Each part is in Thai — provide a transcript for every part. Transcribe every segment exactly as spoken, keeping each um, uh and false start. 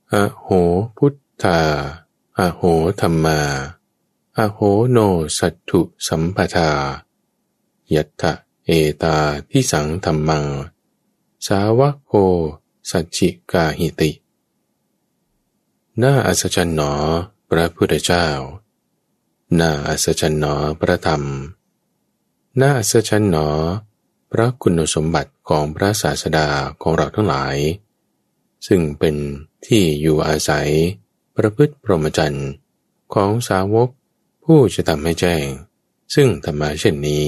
อโหพุทธาอโหธัมมาอโหโนสัตถุสัมปทายัตถะเอตาทิสังธัมมังสาวะโคสัจฉิกาหิติน่าอัศจรรย์หนอพระพุทธเจ้าน่าอัศจรรย์หนอพระธรรมน่าอัศจรรย์หนอพระคุณสมบัติของพระศาสดาของเราทั้งหลายซึ่งเป็นที่อยู่อาศัยประพฤติพรหมจรรย์ของสาวกผู้จะทำให้แจ้งซึ่งธรรมะเช่นนี้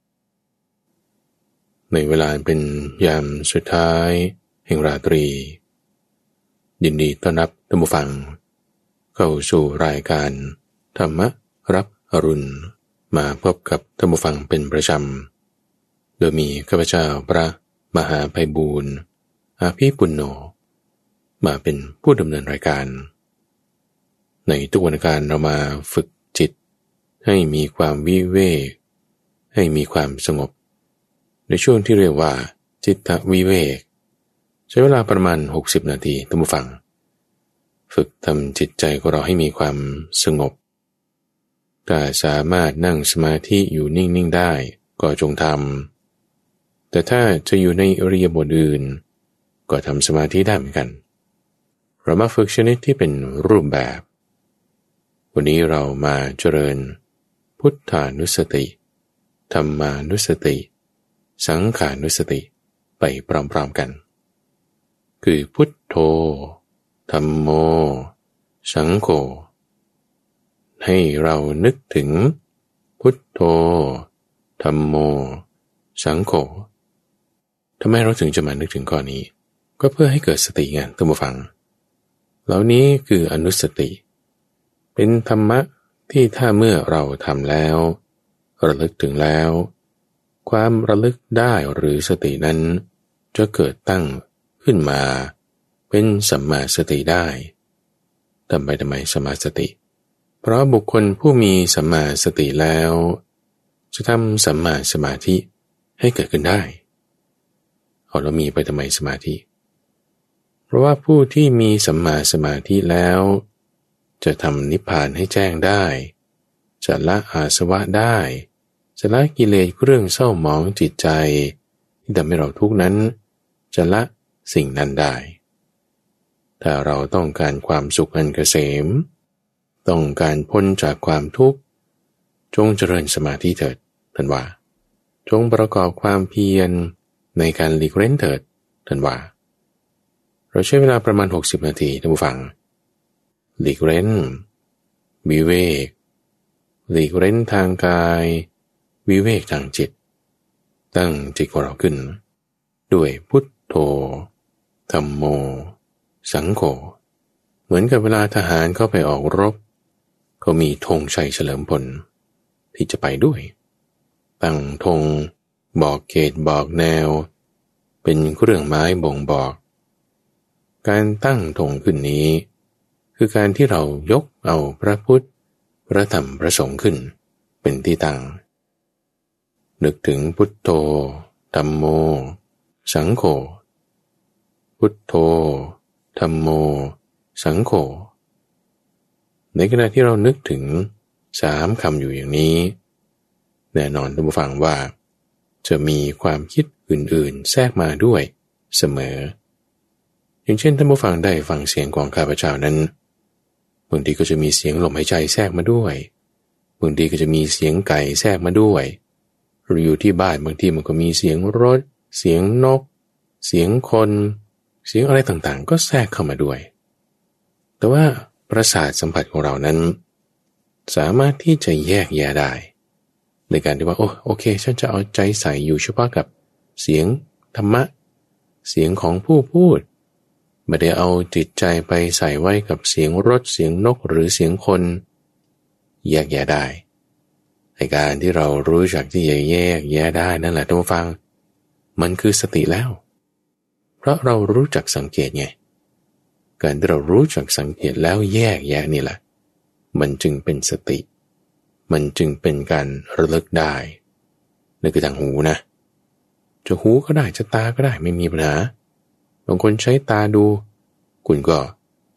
ในเวลาเป็นยามสุดท้ายแห่งราตรียินดีต้อนรับท่านผู้ฟังเข้าสู่รายการธรรมรับอรุณมาพบกับท่านผู้ฟังเป็นประจำโดยมีข้าพเจ้าพระมหาไพบูลย์อาภีปุณโญมาเป็นผู้ดำเนินรายการในทุกวันการเรามาฝึกจิตให้มีความวิเวกให้มีความสงบในช่วงที่เรียกว่าจิตตวิเวกใช้เวลาประมาณหกสิบนาทีท่านผู้ฟังฝึกทำจิตใจของเราให้มีความสงบถ้าสามารถนั่งสมาธิอยู่นิ่งๆได้ก็จงทำแต่ถ้าจะอยู่ในอิริยาบถอื่นก็ทำสมาธิได้เหมือนกันเรามาฝึกชนิดที่เป็นรูปแบบวันนี้เรามาเจริญพุทธานุสติธรรมานุสติสังขานุสติไปพร้อมๆกันคือพุทโธธัมโมสังโฆให้เรานึกถึงพุทโธธัมโมสังโฆทำไมเราถึงจะมานึกถึงข้อนี้ก็เพื่อให้เกิดสติไงท่านผู้ฟังเหล่านี้คืออนุสติเป็นธรรมะที่ถ้าเมื่อเราทำแล้วระลึกถึงแล้วความระลึกได้หรือสตินั้นจะเกิดตั้งขึ้นมาเป็นสัมมาสติได้ทำไปทำไมสัมมาสติเพราะบุคคลผู้มีสัมมาสติแล้วจะทำสัมมาสมาธิให้เกิดขึ้นได้เอาแล้วมีไปทำไมสมาธิเพราะว่าผู้ที่มีสัมมาสมาธิแล้วจะทำนิพพานให้แจ้งได้จะละอาสวะได้จะละกิเลสเครื่องเศร้าหมองจิตใจที่ทำให้เราทุกข์นั้นจะละสิ่งนั้นได้ถ้าเราต้องการความสุขอันเกษมต้องการพ้นจากความทุกข์จงเจริญสมาธิเถิดท่านว่าจงประกอบความเพียรในการหลีกเล่นเถิดท่านว่าเราใช้เวลาประมาณหกสิบนาทีท่านผู้ฟังหลีกเล่นวิเวกหลีกเล่นทางกายวิเวกทางจิตตั้งจิตของเราขึ้นด้วยพุทโธธัมโมสังโฆเหมือนกับเวลาทหารเข้าไปออกรบเขามีธงชัยเฉลิมพลที่จะไปด้วยตั้งธงบอกเขตบอกแนวเป็นเครื่องหมายบ่งบอกการตั้งธงขึ้นนี้คือการที่เรายกเอาพระพุทธพระธรรมพระสงฆ์ขึ้นเป็นที่ตั้งนึกถึงพุทโธธัมโมสังโฆพุทโธธัมโมสังโฆในขณะที่เรานึกถึงสามคำอยู่อย่างนี้แน่นอนท่านผู้ฟังว่าจะมีความคิดอื่นๆแทรกมาด้วยเสมออย่างเช่นท่านผู้ฟังได้ฟังเสียงของข้าพเจ้านั้นบางทีก็จะมีเสียงลมหายใจแทรกมาด้วยบางทีก็จะมีเสียงไก่แทรกมาด้วยหรืออยู่ที่บ้านบางทีมันก็มีเสียงรถเสียงนกเสียงคนเสียงอะไรต่างๆก็แทรกเข้ามาด้วยแต่ว่าประสาทสัมผัสของเรานั้นสามารถที่จะแยกแยะได้ในการที่ว่าโอ้โอเคฉันจะเอาใจใส่อยู่เฉพาะกับเสียงธรรมะเสียงของผู้พูดไม่ได้เอาจิตใจไปใส่ไว้กับเสียงรถเสียงนกหรือเสียงคนแยกแยะได้ในการที่เรารู้จักที่จะแยกแยะได้นั่นแหละท่านผู้ฟังมันคือสติแล้วเพราะเรารู้จักสังเกตไงการที่เรารู้จักสังเกตแล้วแยกแยะนี่แหละมันจึงเป็นสติมันจึงเป็นการระลึกได้นั่นคือทางหูนะจะหูก็ได้จะตาก็ได้ไม่มีปัญหาบางคนใช้ตาดูคุณก็จ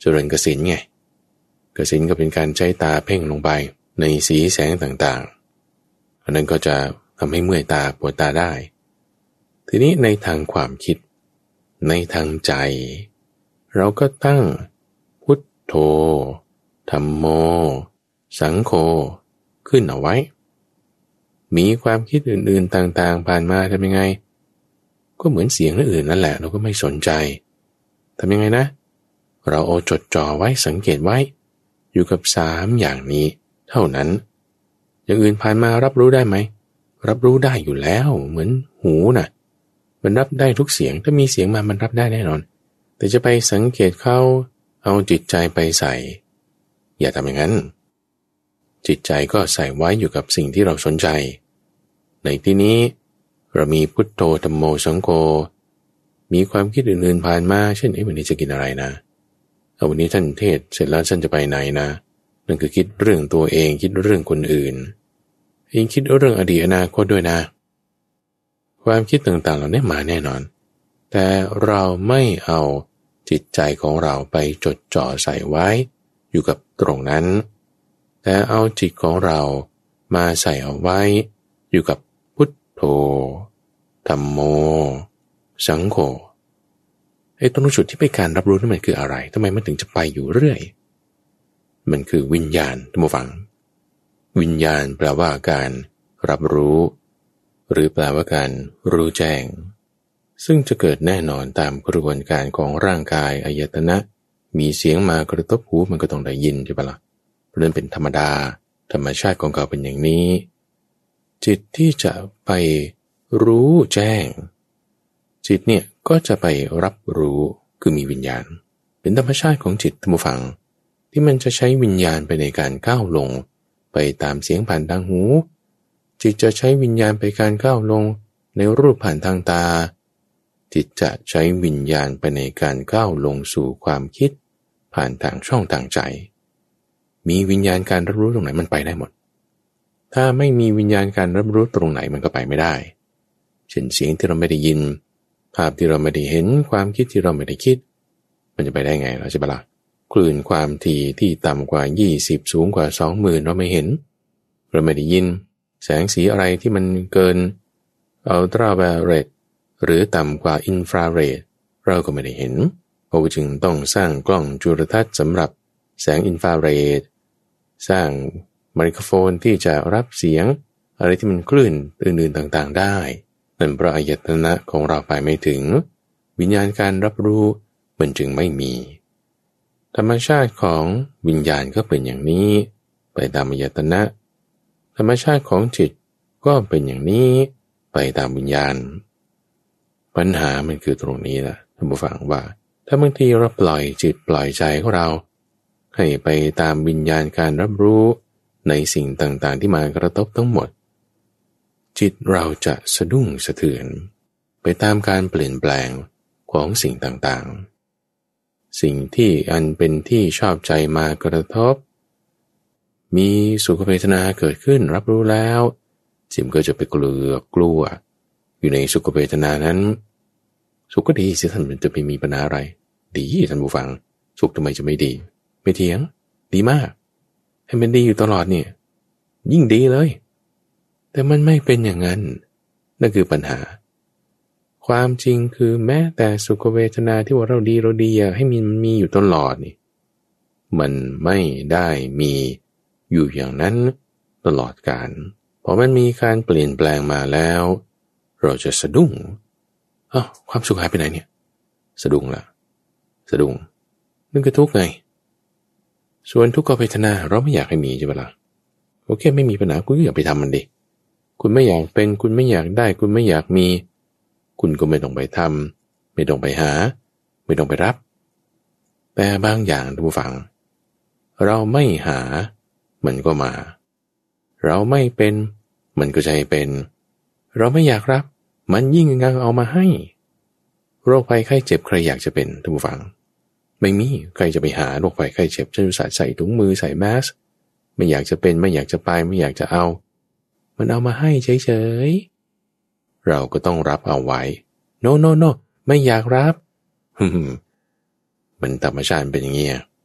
เจริญกสิณไงกสิณก็เป็นการใช้ตาเพ่งลงไปในสีแสงต่างๆอันนั้นก็จะทำให้เมื่อยตาปวดตาได้ทีนี้ในทางความคิดในทางใจเราก็ตั้งพุทโธธัมโมสังโฆขึ้นเอาไว้มีความคิดอื่นๆต่างๆผ่านมาทำยังไงก็เหมือนเสียงอื่นนั่นแหละเราก็ไม่สนใจทำยังไงนะเราเอาจดจ่อไว้สังเกตไว้อยู่กับสามอย่างนี้เท่านั้นอย่างอื่นผ่านมารับรู้ได้ไหมรับรู้ได้อยู่แล้วเหมือนหูน่ะมันรับได้ทุกเสียงถ้ามีเสียงมามันรับได้แน่นอนแต่จะไปสังเกตเข้าเอาจิตใจไปใส่อย่าทำอย่างนั้นจิตใจก็ใส่ไว้อยู่กับสิ่งที่เราสนใจในที่นี้เรามีพุทโธธัมโมสังโฆมีความคิดอื่นๆผ่านมาเช่นเอ้วันนี้จะกินอะไรนะเอาวันนี้ท่านเทศเสร็จแล้วท่านจะไปไหนนะนั่นคือคิดเรื่องตัวเองคิดเรื่องคนอื่นเองคิดเรื่องอดีตอนาคตด้วยนะความคิดต่างๆเหล่านี้มาแน่นอนแต่เราไม่เอาจิตใจของเราไปจดจ่อใส่ไว้อยู่กับตรงนั้นแต่เอาจิตของเรามาใส่เอาไว้อยู่กับพุทโธธัมโมสังโฆไอ้ตรงจุดที่เป็นการรับรู้นั่นมันคืออะไรทำไมมันถึงจะไปอยู่เรื่อยมันคือวิญญาณท่านผู้ฟังวิญญาณแปลว่าการรับรู้หรือแปลว่าการรู้แจ้งซึ่งจะเกิดแน่นอนตามกระบวนการของร่างกายอายตนะมีเสียงมากระทบหูมันก็ต้องได้ยินใช่ปะละ่ะเพราะนั้นเป็นธรรมดาธรรมชาติของเขาเป็นอย่างนี้จิตที่จะไปรู้แจ้งจิตเนี่ยก็จะไปรับรู้คือมีวิญญาณเป็นธรรมชาติของจิตท่านผู้ฟังที่มันจะใช้วิญญาณไปในการก้าวลงไปตามเสียงผ่านทางหูจิตจะใช้วิญญาณไปการก้าวลงในรูปผ่านทางตาจิตจะใช้วิญญาณไปในการก้าวลงสู่ความคิดผ่านทางช่องทางใจมีวิญญาณการรับรู้ตรงไหนมันไปได้หมดถ้าไม่มีวิญญาณการรับรู้ตรงไหนมันก็ไปไม่ได้เช่นเสียงที่เราไม่ได้ยินภาพที่เราไม่ได้เห็นความคิดที่เราไม่ได้คิดมันจะไปได้ไงเราใช่ปะล่ะคลื่นความถี่ที่ต่ำกว่ายี่สิบสูงกว่า สองหมื่น เราไม่เห็นเราไม่ได้ยินแสงสีอะไรที่มันเกินอัลตราไวโอเลตหรือต่ำกว่าอินฟราเรดเราก็ไม่ได้เห็นเพราะจึงต้องสร้างกล้องจุลทรรศน์สำหรับแสงอินฟราเรดสร้างไมโครโฟนที่จะรับเสียงอะไรที่มันคลื่นอื่นๆต่างๆได้นั่นเพราะอายตนะของเราไปไม่ถึงวิญญาณการรับรู้มันจึงไม่มีธรรมชาติของวิญญาณก็เป็นอย่างนี้ไปตามอายตนะธรรมชาติของจิตก็เป็นอย่างนี้ไปตามวิญญาณปัญหามันคือตรงนี้แหละท่านผู้ฟังว่าถ้าบางทีเราปล่อยจิตปล่อยใจของเราให้ไปตามวิญญาณการรับรู้ในสิ่งต่างๆที่มากระทบทั้งหมดจิตเราจะสะดุ้งสะเทือนไปตามการเปลี่ยนแปลงของสิ่งต่างๆสิ่งที่อันเป็นที่ชอบใจมากระทบมีสุขเวทนาเกิดขึ้นรับรู้แล้วจิตก็จะไปกลัวกลัวอยู่ในสุขเวทนานั้นสุขก็ดีสิท่านมันจะไปมีปัญหาอะไรดีท่านผู้ฟังสุขทำไมจะไม่ดีไม่เถียงดีมากให้มันดีอยู่ตลอดเนี่ยยิ่งดีเลยแต่มันไม่เป็นอย่างนั้นนั่นคือปัญหาความจริงคือแม้แต่สุขเวทนาที่ว่าเราดีเราดีอยากให้มันมีอยู่ตลอดนี่มันไม่ได้มีอยู่อย่างนั้นตลอดกาลพอมันมีการเปลี่ยนแปลงมาแล้วเราจะสะดุ้งอ้าวความสุขหายไปไหนเนี่ยสะดุ้งละสะดุ้งนั่นคือทุกข์ไงส่วนทุกขเวทนาเราไม่อยากให้มีใช่ไหมล่ะโอเคไม่มีปัญหาคุณก็อย่าไปทำมันดิคุณไม่อยากเป็นคุณไม่อยากได้คุณไม่อยากมีคุณก็ไม่ต้องไปทำไม่ต้องไปหาไม่ต้องไปรับแต่บางอย่างท่านผู้ฟังเราไม่หามันก็มาเราไม่เป็นมันก็จะให้เป็นเราไม่อยากรับมันยิ่งงังเอามาให้โรคภัยไข้เจ็บใครอยากจะเป็นท่านผู้ฟังไม่มีใครจะไปหาโรคภัยไข้เจ็บจนใส่ถุงมือใส่แมสไม่อยากจะเป็นไม่อยากจะไปไม่อยากจะเอามันเอามาให้เฉยๆเราก็ต้องรับเอาไว้ no no no ไม่อยากรับ มันธรรมชาติเป็นอย่างนี้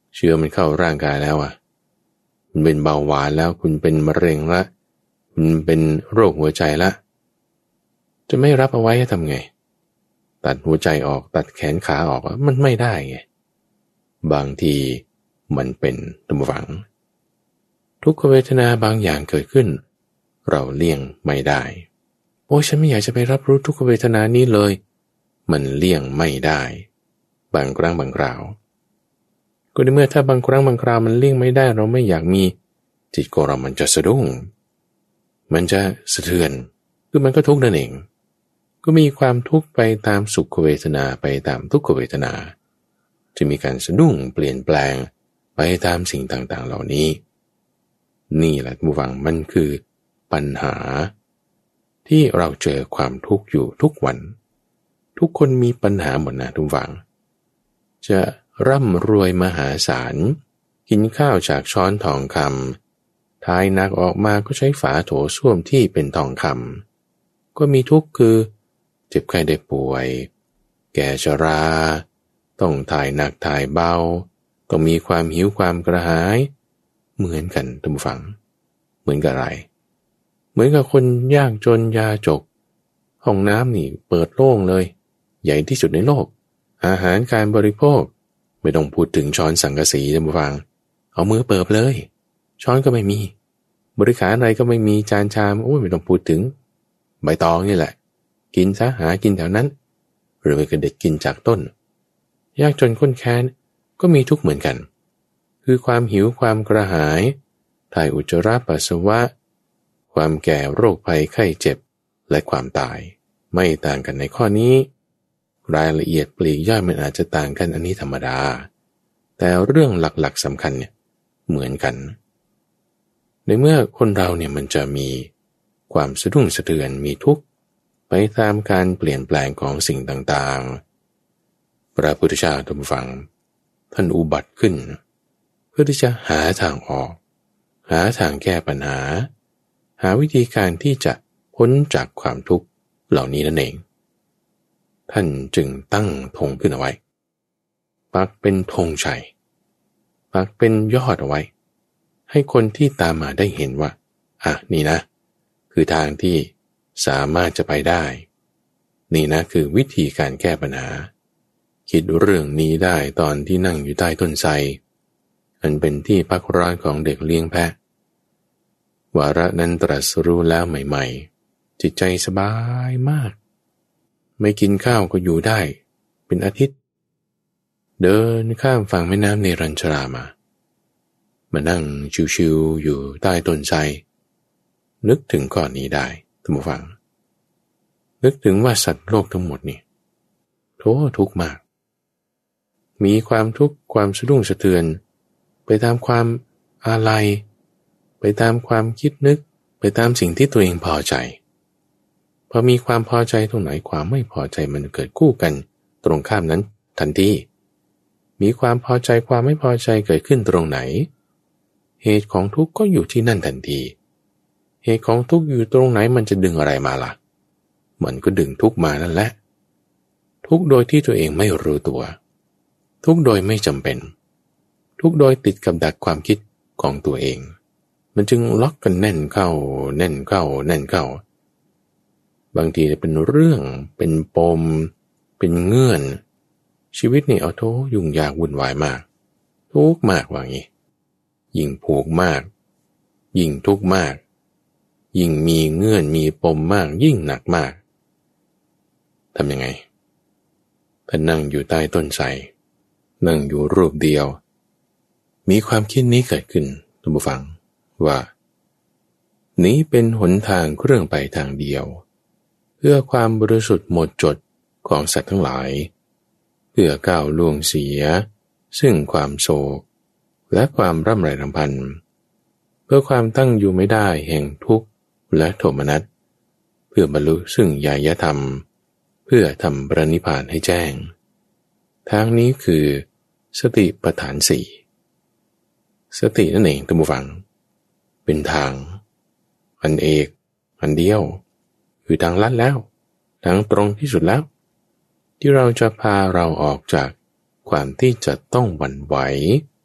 เชื้อมันเข้าร่างกายแล้วอ่ะคุณเป็นเบาหวานแล้วคุณเป็นมะเร็งละคุณเป็นโรคหัวใจละจะไม่รับเอาไว้ทำไงตัดหัวใจออกตัดแขนขาออกมันไม่ได้ไงบางทีมันเป็นตุ่มฝังทุกขเวทนาบางอย่างเกิดขึ้นเราเลี่ยงไม่ได้โอ้ฉันไม่อยากจะไปรับรู้ทุกขเวทนานี้เลยมันเลี่ยงไม่ได้บางครั้งบางคราวก็ในเมื่อถ้าบางครั้งบางคราวมันเลี่ยงไม่ได้เราไม่อยากมีจิตของเรามันจะสะดุ้งมันจะสะเทือนคือมันก็ทุกข์นั่นเองก็มีความทุกข์ไปตามสุขเวทนาไปตามทุกขเวทนาจะมีการสะดุ้งเปลี่ยนแปลงไปตามสิ่งต่างๆเหล่านี้นี่แหละผู้ฟังมันคือปัญหาที่เราเจอความทุกข์อยู่ทุกวันทุกคนมีปัญหาหมดนะทุกฝังจะร่ำรวยมหาศาลกินข้าวจากช้อนทองคำทายหนักออกมาก็ใช้ฝาโถส้วมที่เป็นทองคำก็มีทุกข์คือเจ็บไข้ได้ป่วยแก่ชราต้องถ่ายหนักถ่ายเบาต้องมีความหิวความกระหายเหมือนกันท่านผู้ฟังเหมือนกับอะไรเหมือนกับคนยากจนยาจกห้องน้ำนี่เปิดโล่งเลยใหญ่ที่สุดในโลกอาหารการบริโภคไม่ต้องพูดถึงช้อนสังกะสีท่านผู้ฟังเอามือเปิบเลยช้อนก็ไม่มีบริการอะไรก็ไม่มีจานชามโอ้ยไม่ต้องพูดถึงใบตองนี่แหละกินซะหากินแถวนั้นหรือไม่ก็เด็ดกินจากต้นยากจนข้นแค้นก็มีทุกข์เหมือนกันคือความหิวความกระหายถ่ายอุจจาระปัสสาวะความแก่โรคภัยไข้เจ็บและความตายไม่ต่างกันในข้อนี้รายละเอียดปลีกย่อยมันอาจจะต่างกันอันนี้ธรรมดาแต่เรื่องหลักๆสำคัญเนี่ยเหมือนกันในเมื่อคนเราเนี่ยมันจะมีความสะดุ้งสะเทือนมีทุกข์ไปตามการเปลี่ยนแปลงของสิ่งต่างๆพระพุทธเจ้าท่านฟังท่านอุบัติขึ้นเพื่อที่จะหาทางออกหาทางแก้ปัญหาหาวิธีการที่จะพ้นจากความทุกข์เหล่านี้นั่นเองท่านจึงตั้งธงขึ้นเอาไว้ปักเป็นธงชัยปักเป็นยอดเอาไว้ให้คนที่ตามมาได้เห็นว่าอ่ะนี่นะคือทางที่สามารถจะไปได้นี่นะคือวิธีการแก้ปัญหาคิดเรื่องนี้ได้ตอนที่นั่งอยู่ใต้ต้นไทรอันเป็นที่พักร้อนของเด็กเลี้ยงแพะวาระนั้นตรัสรู้แล้วใหม่ๆจิตใจสบายมากไม่กินข้าวก็อยู่ได้เป็นอาทิตย์เดินข้ามฝั่งแม่น้ำเนรัญชรามามานั่งชิวๆอยู่ใต้ต้นไทรนึกถึงข้อนี้ได้ท่านผู้ฟังนึกถึงว่าสัตว์โลกทั้งหมดนี่โธ่ทุกข์มากมีความทุกข์ความสะดุ้งสะเทือนไปตามความอาลัยไปตามความคิดนึกไปตามสิ่งที่ตัวเองพอใจพอมีความพอใจตรงไหนความไม่พอใจมันเกิดคู่กันตรงข้ามนั้นทันทีมีความพอใจความไม่พอใจเกิดขึ้นตรงไหนเหตุของทุกข์ก็อยู่ที่นั่นทันทีเหตุของทุกข์อยู่ตรงไหนมันจะดึงอะไรมาล่ะมันก็ดึงทุกข์มานั่นแหละทุกข์โดยที่ตัวเองไม่รู้ตัวทุกข์โดยไม่จำเป็นทุกข์โดยติดกับดักความคิดของตัวเองมันจึงล็อกกันแน่นเข้าแน่นเข้าแน่นเข้าบางทีเป็นเรื่องเป็นปมเป็นเงื่อนชีวิตนี่เอาโธ่ยุ่งยากวุ่นวายมากทุกข์มากว่างี้ยิ่งผูกมากยิ่งทุกข์มากยิ่งมีเงื่อนมีปมมากยิ่งหนักมากทำยังไงท่านนั่งอยู่ใต้ต้นไทรนั่งอยู่รูปเดียวมีความคิดนี้เกิดขึ้นท่านผู้ฟังว่านี้เป็นหนทางเครื่องไปทางเดียวเพื่อความบริสุทธิ์หมดจดของสัตว์ทั้งหลายเพื่อก้าวล่วงเสียซึ่งความโศกและความร่ำไรรำพันเพื่อความตั้งอยู่ไม่ได้แห่งทุกข์และโทมนัสเพื่อบรรลุซึ่งญาณธรรมเพื่อทำพระนิพพานให้แจ้งทางนี้คือสติปัฏฐานสี่สตินั่นเองท่านผู้ฟังเป็นทางอันเอกอันเดียวคือทางลัดแล้วทางตรงที่สุดแล้วที่เราจะพาเราออกจากความที่จะต้องหวั่นไหว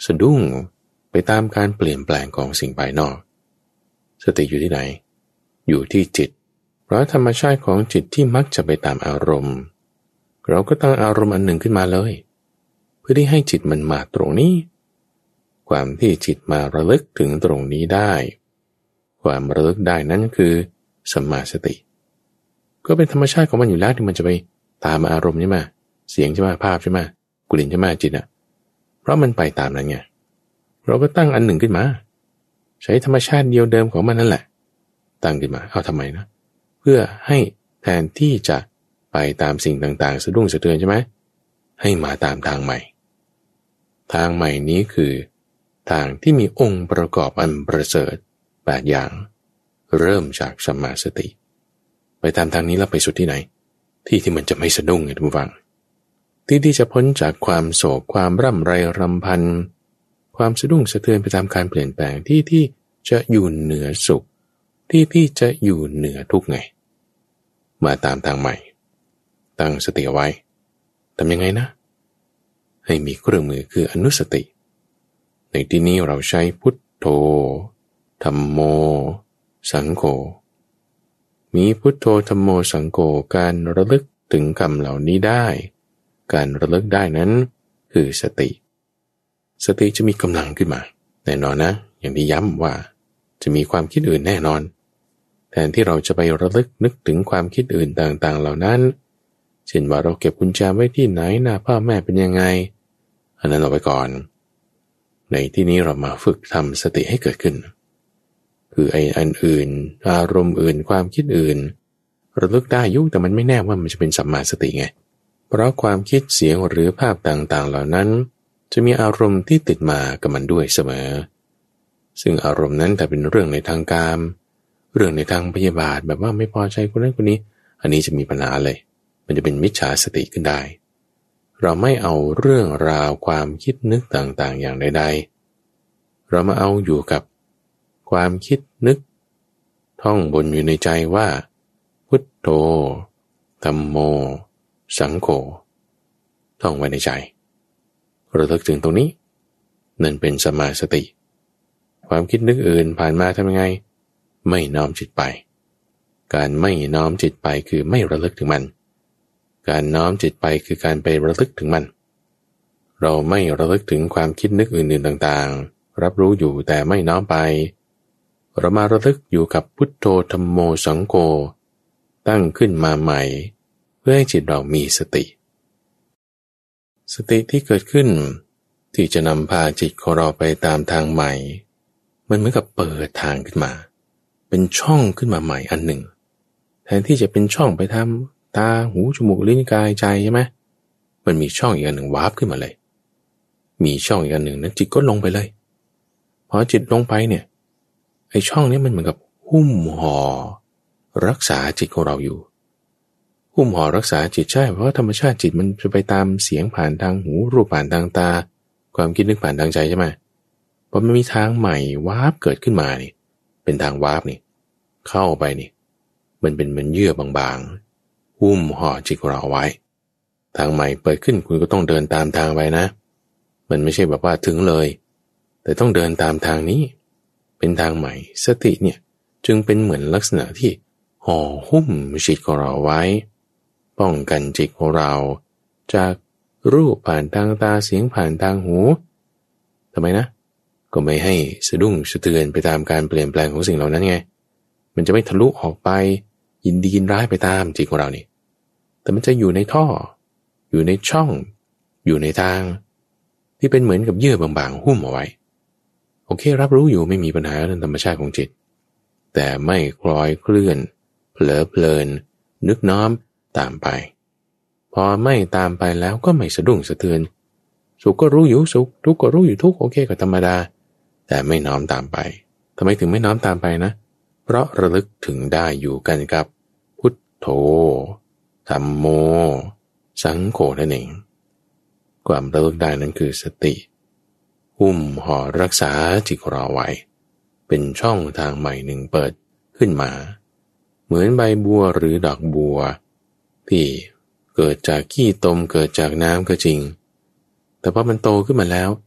สะดุ้งไปตามการเปลี่ยนแปลงของสิ่งภายนอกสติอยู่ที่ไหนอยู่ที่จิตเพราะธรรมชาติของจิตที่มักจะไปตามอารมณ์เราก็ตั้งอารมณ์อันหนึ่งขึ้นมาเลยเพื่อที่ให้จิตมันมาตรงนี้ความที่จิตมาระลึกถึงตรงนี้ได้ความระลึกได้นั้นคือสัมมาสติก็เป็นธรรมชาติของมันอยู่แล้วที่มันจะไปตามอารมณ์ใช่ไหมเสียงใช่ไหมภาพใช่ไหมกลิ่นใช่ไหมจิตอ่ะเพราะมันไปตามนั้นไงเราก็ตั้งอันหนึ่งขึ้นมาใช้ธรรมชาติเดียวเดิมของมันนั่นแหละตั้งขึ้นมาเอาทำไมนะเพื่อให้แทนที่จะไปตามสิ่งต่างๆสะดุ้งสะเทือนใช่ไหมให้มาตามทางใหม่ทางใหม่นี้คือทางที่มีองค์ประกอบอันประเสริฐแปดอย่างเริ่มจากสัมมาสติไปตามทางนี้แล้วไปสุดที่ไหนที่ที่มันจะไม่สะดุ้งไงทุกฝังที่ที่จะพ้นจากความโศกความร่ำไรรำพันความสะดุ้งสะเทือนไปตามการเปลี่ยนแปลงที่ที่จะอยู่เหนือสุขที่ที่จะอยู่เหนือทุกข์ไงมาตามทางใหม่ตั้งสติไว้ทำยังไงนะให้มีเครื่องมือคืออนุสติในที่นี้เราใช้พุทโธธัมโมสังโฆมีพุทโธธัมโมสังโฆการระลึกถึงคำเหล่านี้ได้การระลึกได้นั้นคือสติสติจะมีกำลังขึ้นมาแน่นอนนะอย่างที่ย้ำว่าจะมีความคิดอื่นแน่นอนแทนที่เราจะไประลึกนึกถึงความคิดอื่นต่างๆเหล่านั้นเช่นว่าเราเก็บกุญแจไว้ที่ไหนหน้าพ่อแม่เป็นยังไงอันนั้นเอาไว้ก่อนในที่นี้เรามาฝึกทำสติให้เกิดขึ้นคือไอ้อันอื่นอารมณ์อื่นความคิดอื่นระลึกได้ยุแต่มันไม่แน่ว่ามันจะเป็นสัมมาสติไงเพราะความคิดเสียงหรือภาพต่างๆเหล่านั้นจะมีอารมณ์ที่ติดมากับมันด้วยเสมอซึ่งอารมณ์นั้นแต่เป็นเรื่องในทางกามเรื่องในทางพยาบาทแบบว่าไม่พอใจคนนั้นคนนี้อันนี้จะมีปัญหาเลยมันจะเป็นมิจฉาสติขึ้นได้เราไม่เอาเรื่องราวความคิดนึกต่างๆอย่างใดๆเรามาเอาอยู่กับความคิดนึกท่องบนอยู่ในใจว่าพุทโธธัมโมสังโฆท่องไว้ในใจระลึกถึงตรงนี้นั่นเป็นสัมมาสติความคิดนึกอื่นผ่านมาทำยังไงไม่น้อมจิตไปการไม่น้อมจิตไปคือไม่ระลึกถึงมันการน้อมจิตไปคือการไประลึกถึงมันเราไม่ระลึกถึงความคิดนึกอื่นๆต่างๆรับรู้อยู่แต่ไม่น้อมไปเรามาระลึกอยู่กับพุทโธธัมโมสังโฆตั้งขึ้นมาใหม่เพื่อให้จิตเรามีสติสติที่เกิดขึ้นที่จะนำพาจิตของเราไปตามทางใหม่มันเหมือนกับเปิดทางขึ้นมาเป็นช่องขึ้นมาใหม่อันหนึ่งแทนที่จะเป็นช่องไปทำตาหูจมูกลิ้นกายใจใช่ไหมมันมีช่องอีกอันหนึ่งวาร์ปขึ้นมาเลยมีช่องอีกอันหนึ่งนั้นจิตก็ลงไปเลยพอจิตลงไปเนี่ยไอ้ช่องนี้มันเหมือนกับหุ้มห่อรักษาจิตของเราอยู่หุ้มห่อรักษาจิตใช่เพราะธรรมชาติจิตมันจะไปตามเสียงผ่านทางหูรูปผ่านทางตาความคิดนึกผ่านทางใจใช่ไหมพอมันมีทางใหม่วาร์ปเกิดขึ้นมานี่เป็นทางวาร์ปนี่เข้าไปนี่มันเป็นเหมือนเยื่อบางๆหุ้มห่อจิตของเราไว้ทางใหม่เปิดขึ้นคุณก็ต้องเดินตามทางไปนะมันไม่ใช่แบบว่าถึงเลยแต่ต้องเดินตามทางนี้เป็นทางใหม่สติเนี่ยจึงเป็นเหมือนลักษณะที่ห่อหุ้มจิตของเราไว้ป้องกันจิตของเราจากรูปผ่านทางตาเสียงผ่านทางหูทำไมนะก็ไม่ให้สะดุ้งสะเทือนไปตามการเปลี่ยนแปลงของสิ่งเหล่านั้นไงมันจะไม่ทะลุออกไปยินดียินร้ายไปตามจิตของเรานี่แต่มันจะอยู่ในท่ออยู่ในช่องอยู่ในทางที่เป็นเหมือนกับเยื่อบางๆหุ้มเอาไว้โอเครับรู้อยู่ไม่มีปัญหาเรื่องธรรมชาติของจิตแต่ไม่คล้อยเคลื่อนเผลอเพลินนึกน้อมตามไปพอไม่ตามไปแล้วก็ไม่สะดุ้งสะเทือนสุขก็รู้อยู่สุขทุกข์ก็รู้อยู่ทุกข์โอเคก็ธรรมดาแต่ไม่น้อมตามไปทำไมถึงไม่น้อมตามไปนะเพราะระลึกถึงได้อยู่กันกับพุทโธธัมโมสังโฆนั่นเองความระลึกได้นั้นคือสติหุ้มห่อรักษาจิตของเราไว้เป็นช่องทางใหม่หนึ่งเปิดขึ้นมาเหมือนใบบัวหรือดอกบัวที่เกิดจากขี้ตมเกิดจากน้ำก็จริงแต่พอมันโตขึ้นมาแล้ว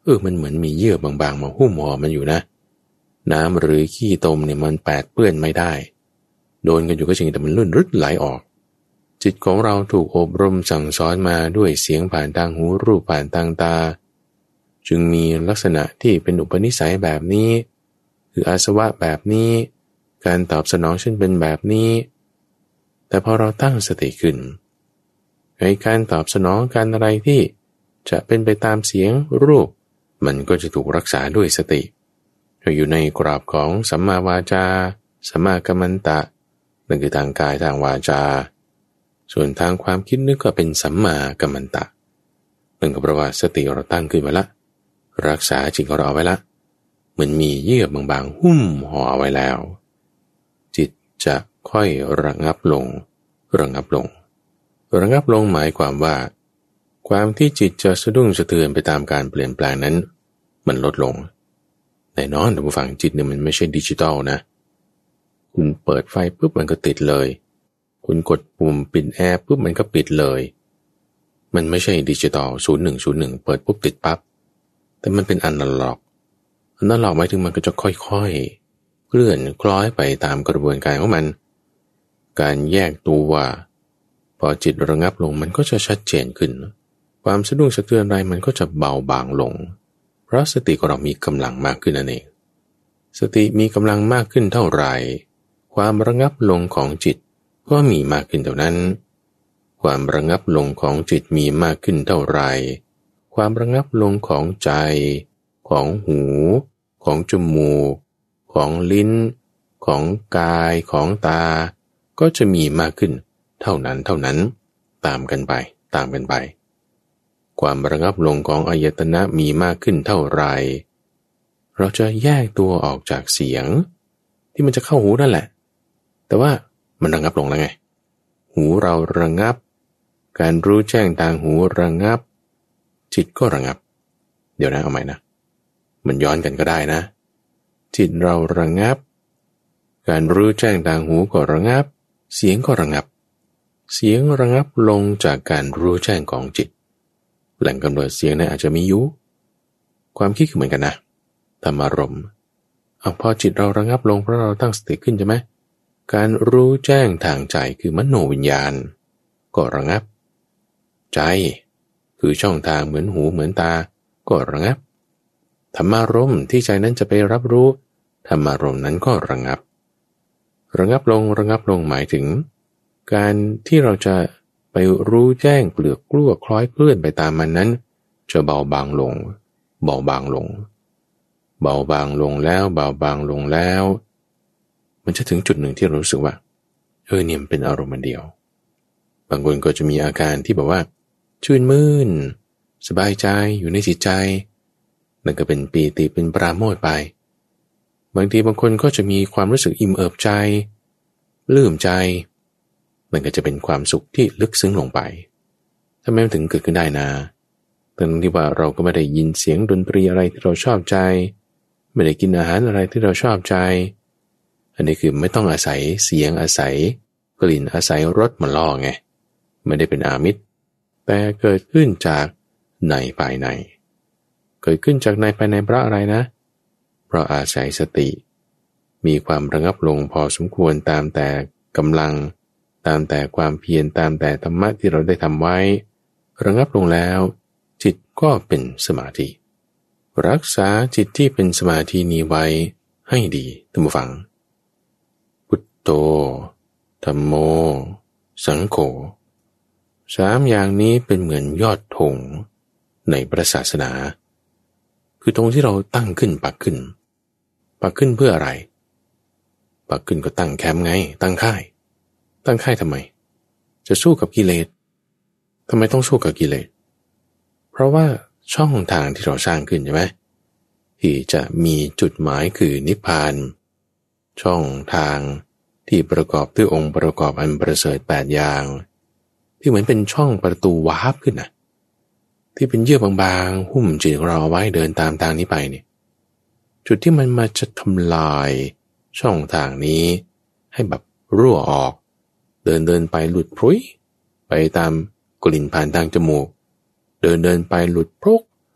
เออมันเหมือนมีเยื่อบางๆมาหุ้มห่อมันอยู่นะน้ำหรือขี้ตมเนี่ยมันแปดเปื้อนไม่ได้โดนกันอยู่ก็จริงแต่มันลื่นรึดไหลออกจิตของเราถูกอบรมสั่งสอนมาด้วยเสียงผ่านทางหูรูปผ่านทางตาจึงมีลักษณะที่เป็นอุปนิสัยแบบนี้คืออาสวะแบบนี้การตอบสนองเช่นเป็นแบบนี้แต่พอเราตั้งสติขึ้นในการตอบสนองการอะไรที่จะเป็นไปตามเสียงรูปมันก็จะถูกรักษาด้วยสติอยู่ในกรอบของสัมมาวาจาสัมมากัมมันตะนั่นคือทางกายทางวาจาส่วนทางความคิดนึกก็เป็นสัมมากัมมันตะนั่นก็เพราะว่าสติเราตั้งขึ้นไว้ละรักษาจิตของเราไว้ละเหมือนมีเยื่อบางๆหุ้มห่อไว้แล้วจิตจะค่อยระงับลงระงับลงระงับลงหมายความว่าความที่จิตจะสะดุ้งสะเทือนไปตามการเปลี่ยนแปลงนั้นมันลดลงแน่นอนท่านผู้ฟังจิตเนี่ยมันไม่ใช่ดิจิตอลนะคุณเปิดไฟปุ๊บมันก็ติดเลยคุณกดปุ่มปิดแอร์ปุ๊บมันก็ปิดเลยมันไม่ใช่ดิจิตอลศูนย์หนึ่งศูนย์หนึ่งเปิดปุ๊บติดปั๊บแต่มันเป็นอนาล็อกอนาล็อกหมายถึงมันก็จะค่อยๆเคลื่อนคล้อยไปตามกระบวนการของมันการแยกตัวพอจิตระงับลงมันก็จะชัดเจนขึ้นความสะดุ้งสะเทือนอะไรมันก็จะเบาบางลงเพราะสติของเรามีกำลังมากขึ้นนั่นเองสติมีกำลังมากขึ้นเท่าไหร่ความระงับลงของจิตก็มีมากขึ้นเท่านั้นความระงับลงของจิตมีมากขึ้นเท่าไหร่ความระงับลงของใจของหูของจมูกของลิ้นของกายของตาก็จะมีมากขึ้นเท่านั้นเท่านั้นตามกันไปตามกันไปความระงับลงของอายตนะมีมากขึ้นเท่าไหร่เราจะแยกตัวออกจากเสียงที่มันจะเข้าหูนั่นแหละแต่ว่ามันระงับลงแล้วไงหูเราระงับการรู้แจ้งทางหูระงับจิตก็ระงับเดี๋ยวนะเอาใหม่นะมันย้อนกันก็ได้นะจิตเราระงับการรู้แจ้งทางหูก็ระงับเสียงก็ระงับเสียงระงับลงจากการรู้แจ้งของจิตแหล่งกำเนิดเสียงนั้นอาจจะมีอยู่ความคิดคือเหมือนกันนะธรรมารมณ์เอาพอจิตเราระงับลงเพราะเราตั้งสติขึ้นใช่ไหมการรู้แจ้งทางใจคือมโนวิญญาณก็ระงับใจคือช่องทางเหมือนหูเหมือนตาก็ระงับธรรมารมณ์ที่ใจนั้นจะไปรับรู้ธรรมารมณ์นั้นก็ระงับระงับลงระงับลงหมายถึงการที่เราจะไปรู้แจ้งเปลือกกลั้วคล้อยเคลื่อนไปตามมันนั้นจะเบาบางลงเบาบางลงเบาบางลงแล้วเบาบางลงแล้วมันจะถึงจุดหนึ่งที่เรารู้สึกว่าเออเนี่ยมันเป็นอารมณ์เดียวบางคนก็จะมีอาการที่แบบว่าชื่นมื่นสบายใจอยู่ในจิตใจนั่นก็เป็นปีติเป็นปราโมทย์ไปบางทีบางคนก็จะมีความรู้สึกอิ่มเอิบใจลื่มใจมันก็จะเป็นความสุขที่ลึกซึ้งลงไปทำไมมันถึงเกิดขึ้นได้นะทั้งที่ว่าเราก็ไม่ได้ยินเสียงดนตรีอะไรที่เราชอบใจไม่ได้กินอาหารอะไรที่เราชอบใจอันนี้คือไม่ต้องอาศัยเสียงอาศัยกลิ่นอาศัยรสมาล่อไงไม่ได้เป็นอามิตรแต่เกิดขึ้นจากในภายในเกิดขึ้นจากในภายในเพราะอะไรนะเพราะอาศัยสติมีความระงับลงพอสมควรตามแต่กำลังตามแต่ความเพียรตามแต่ธรรมะที่เราได้ทำไว้ระงับลงแล้วจิตก็เป็นสมาธิรักษาจิตที่เป็นสมาธินี้ไว้ให้ดีท่านผู้ฟังพุทโธธัมโมสังโฆสามอย่างนี้เป็นเหมือนยอดธงในพระศาสนาคือธงที่เราตั้งขึ้นปักขึ้นปักขึ้นเพื่ออะไรปักขึ้นก็ตั้งแคมป์ไงตั้งค่ายตั้งค่ายทำไมจะสู้กับกิเลสทำไมต้องสู้กับกิเลสเพราะว่าช่องทางที่เราสร้างขึ้นใช่ไหมที่จะมีจุดหมายคือนิพพานช่องทางที่ประกอบด้วยองค์ประกอบอันประเสริฐแปดอย่างที่เหมือนเป็นช่องประตูวาร์ปขึ้นนะที่เป็นเยื่อบางๆหุ้มจิตของเราเอาไว้เดินตามทางนี้ไปเนี่ยจุดที่มันมาจะทำลายช่องทางนี้ให้แบบรั่วออกเดินเดินไปหลุดพรุ้ยไปตามกลิ่นผ่านทางจมูกเดินเดินไปหลุดพรุก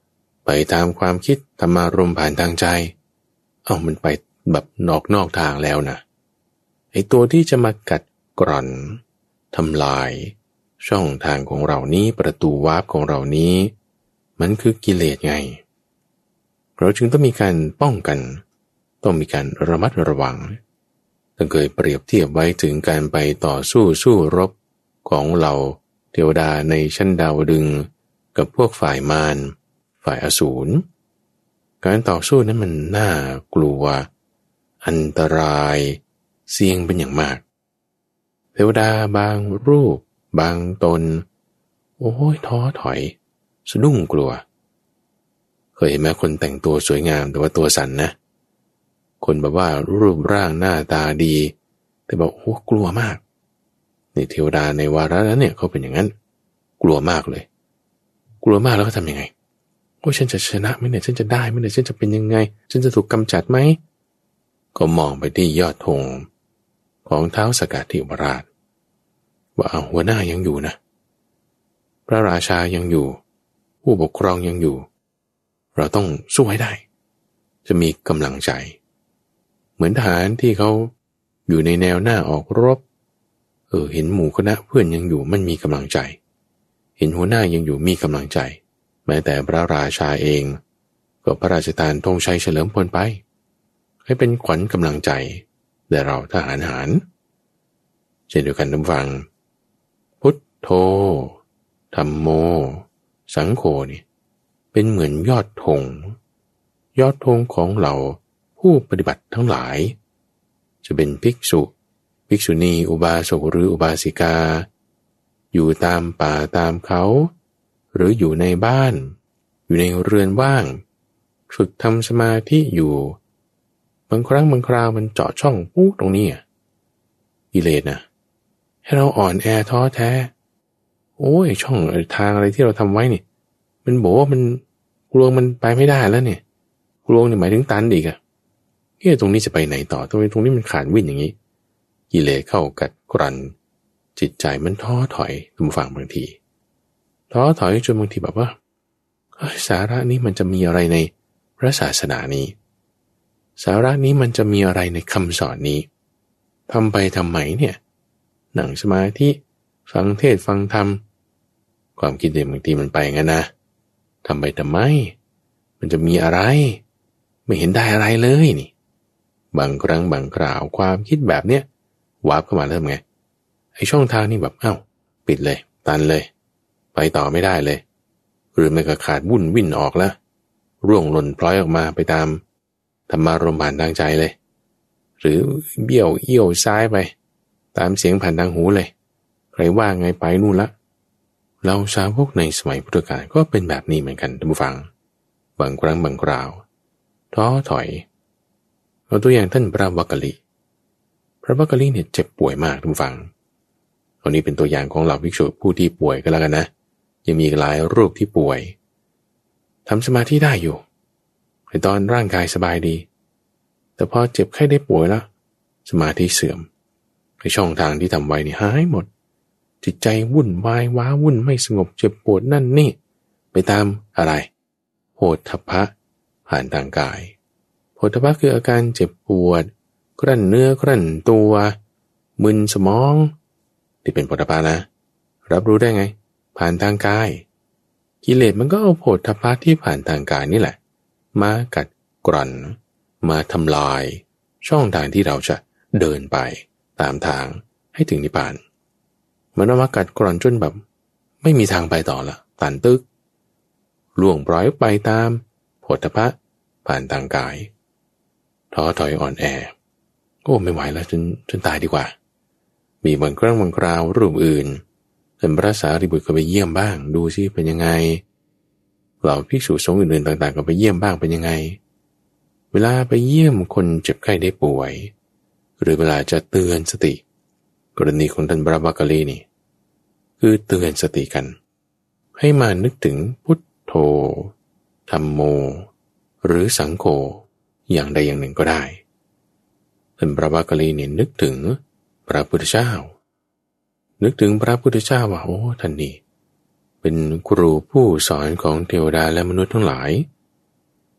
ไปตามความคิดธรรมารมณ์ผ่านทางใจเอ้ามันไปแบบนอกนอกทางแล้วนะไอ้ตัวที่จะมากัดกร่อนทำลายช่องทางของเรานี้ประตูวาร์ปของเรานี้มันคือกิเลสไงเราจึงต้องมีการป้องกันต้องมีการระมัดระวังถ้าเคยเปรียบเทียบไว้ถึงการไปต่อสู้สู้รบของเราเทวดาในชั้นดาวดึงส์กับพวกฝ่ายมารฝ่ายอสูรการต่อสู้นั้นมันน่ากลัวอันตรายเสี่ยงเป็นอย่างมากเทวดาบางรูปบางตนโอ้ยท้อถอยสะดุ้งกลัวเคยเห็นไหมคนแต่งตัวสวยงามแต่ว่าตัวสั่นนะคนแบบว่ารูปร่างหน้าตาดีแต่บอกโอ้กลัวมากนี่เทวดาในวาระนั้นเนี่ยเขาเป็นอย่างนั้นกลัวมากเลยกลัวมากแล้วก็ทำยังไงโอ้ฉันจะชนะไหมเนี่ยฉันจะได้ไหมเนี่ยฉันจะเป็นยังไงฉันจะถูกกำจัดไหมก็มองไปที่ยอดธงของท้าวสกทธิวราชว่าเอาหัวหน้ายังอยู่นะพระราชายังอยู่ผู้ปกครองยังอยู่เราต้องสู้ให้ได้จะมีกำลังใจเหมือนทหารที่เขาอยู่ในแนวหน้าออกรบเออเห็นหมู่คณะเพื่อนยังอยู่มันมีกำลังใจเห็นหัวหน้ายังอยู่มีกำลังใจแม้แต่พระราชาเองก็พระราชทานธงชัยเฉลิมพลไปให้เป็นขวัญกำลังใจแด่เราทหารหารเช่นเดียวกันท่านฟังพุทโธธัมโมสังโฆนี่เป็นเหมือนยอดธงยอดธงของเราผู้ปฏิบัติทั้งหลายจะเป็นภิกษุภิกษุณีอุบาสกหรืออุบาสิกาอยู่ตามป่าตามเขาหรืออยู่ในบ้านอยู่ในเรือนว่างฝึกทำสมาธิอยู่บางครั้งบางคราวมันเจาะช่องปุ๊บตรงนี้อ่ะกิเลสนะให้เราอ่อนแอท้อแท้โอ้ยช่องทางอะไรที่เราทำไว้นี่มันบอกว่ามันกลวงมันไปไม่ได้แล้วเนี่ยกลวงเนี่ยหมายถึงตันอีกอ่ะเฮ้ยตรงนี้จะไปไหนต่อตรงนี้ตรงนี้มันขาดวิ่นอย่างนี้กิเลสเข้ากัดกร่อนจิตใจมันท้อถอยทุกฝั่งบางทีท้อถอยจนบางทีแบบว่าสาระนี้มันจะมีอะไรในพระศาสนานี้สาระนี้มันจะมีอะไรในคำสอนนี้ทำไปทำไมเนี่ยหนังสมาธิฟังเทศฟังธรรมความคิดเด่นบางทีมันไปงั้นนะทำไปทำไมมันจะมีอะไรไม่เห็นได้อะไรเลยนี่บางครั้งบางคราวความคิดแบบเนี้ยวาบเข้ามาเริ่มไงไอช่องทางนี่แบบอ้าวปิดเลยตันเลยไปต่อไม่ได้เลยหรือไม่ก็ขาดวุ่นวิ่นออกแล้วร่วงหล่นพลอยออกมาไปตามธรรมารมณ์ผ่านทางใจเลยหรือเบี้ยวเอี้ยวซ้ายไปตามเสียงผ่านทางหูเลยใครว่าไงไปนู่นละเราสาวกในสมัยพุทธกาลก็เป็นแบบนี้เหมือนกันท่านผู้ฟังบางครั้งบางคราวท้อถอยเอาตัวอย่างท่านพระวักกลิพระวักกลิเนี่ยเจ็บป่วยมากท่านผู้ฟังคนนี้เป็นตัวอย่างของเหล่าภิกษุผู้ที่ป่วยก็แล้วกันนะยังมีหลายรูปที่ป่วยทำสมาธิได้อยู่ในตอนร่างกายสบายดีแต่พอเจ็บไข้ได้ป่วยแล้วสมาธิเสื่อมในช่องทางที่ทำไว้นี่หายหมดจิตใจวุ่นวายว้าวุ่นไม่สงบเจ็บปวดนั่นนี่ไปตามอะไรโผฏฐัพพะผ่านทางกายโผฏฐัพพะคืออาการเจ็บปวดกลั้นเนื้อกลั้นตัวมึนสมองที่เป็นโผฏฐัพพะนะรับรู้ได้ไงผ่านทางกายกิเลสมันก็เอาโผฏฐัพพะที่ผ่านทางกายนี่แหละมากัดกร่อนมาทำลายช่องทางที่เราจะเดินไปตามทางให้ถึงนิพพานมันเอามากัดกร่อนจนแบบไม่มีทางไปต่อละตันตึกล่วงปล่อยไปตามโผฏฐัพพะผ่านทางกายท้อถอยอ่อนแอโอ้ไม่ไหวแล้วจนจนตายดีกว่ามีบางครั้งบางคราวรูปอื่นเป็นพระสารีบุตรก็ไปเยี่ยมบ้างดูซิเป็นยังไงเหล่าภิกษุสงฆ์อื่นๆต่างๆก็ไปเยี่ยมบ้างเป็นยังไงเวลาไปเยี่ยมคนเจ็บไข้ได้ป่วยหรือเวลาจะเตือนสติกรณีของท่านพระวักกลินี่คือเตือนสติกันให้มานึกถึงพุทโธธัมโมหรือสังโฆอย่างใดอย่างหนึ่งก็ได้ท่านพระวักกลิเนี่ยนึกถึงพระพุทธเจ้านึกถึงพระพุทธเจ้าว่าโอ้ท่านนี่เป็นครูผู้สอนของเทวดาและมนุษย์ทั้งหลาย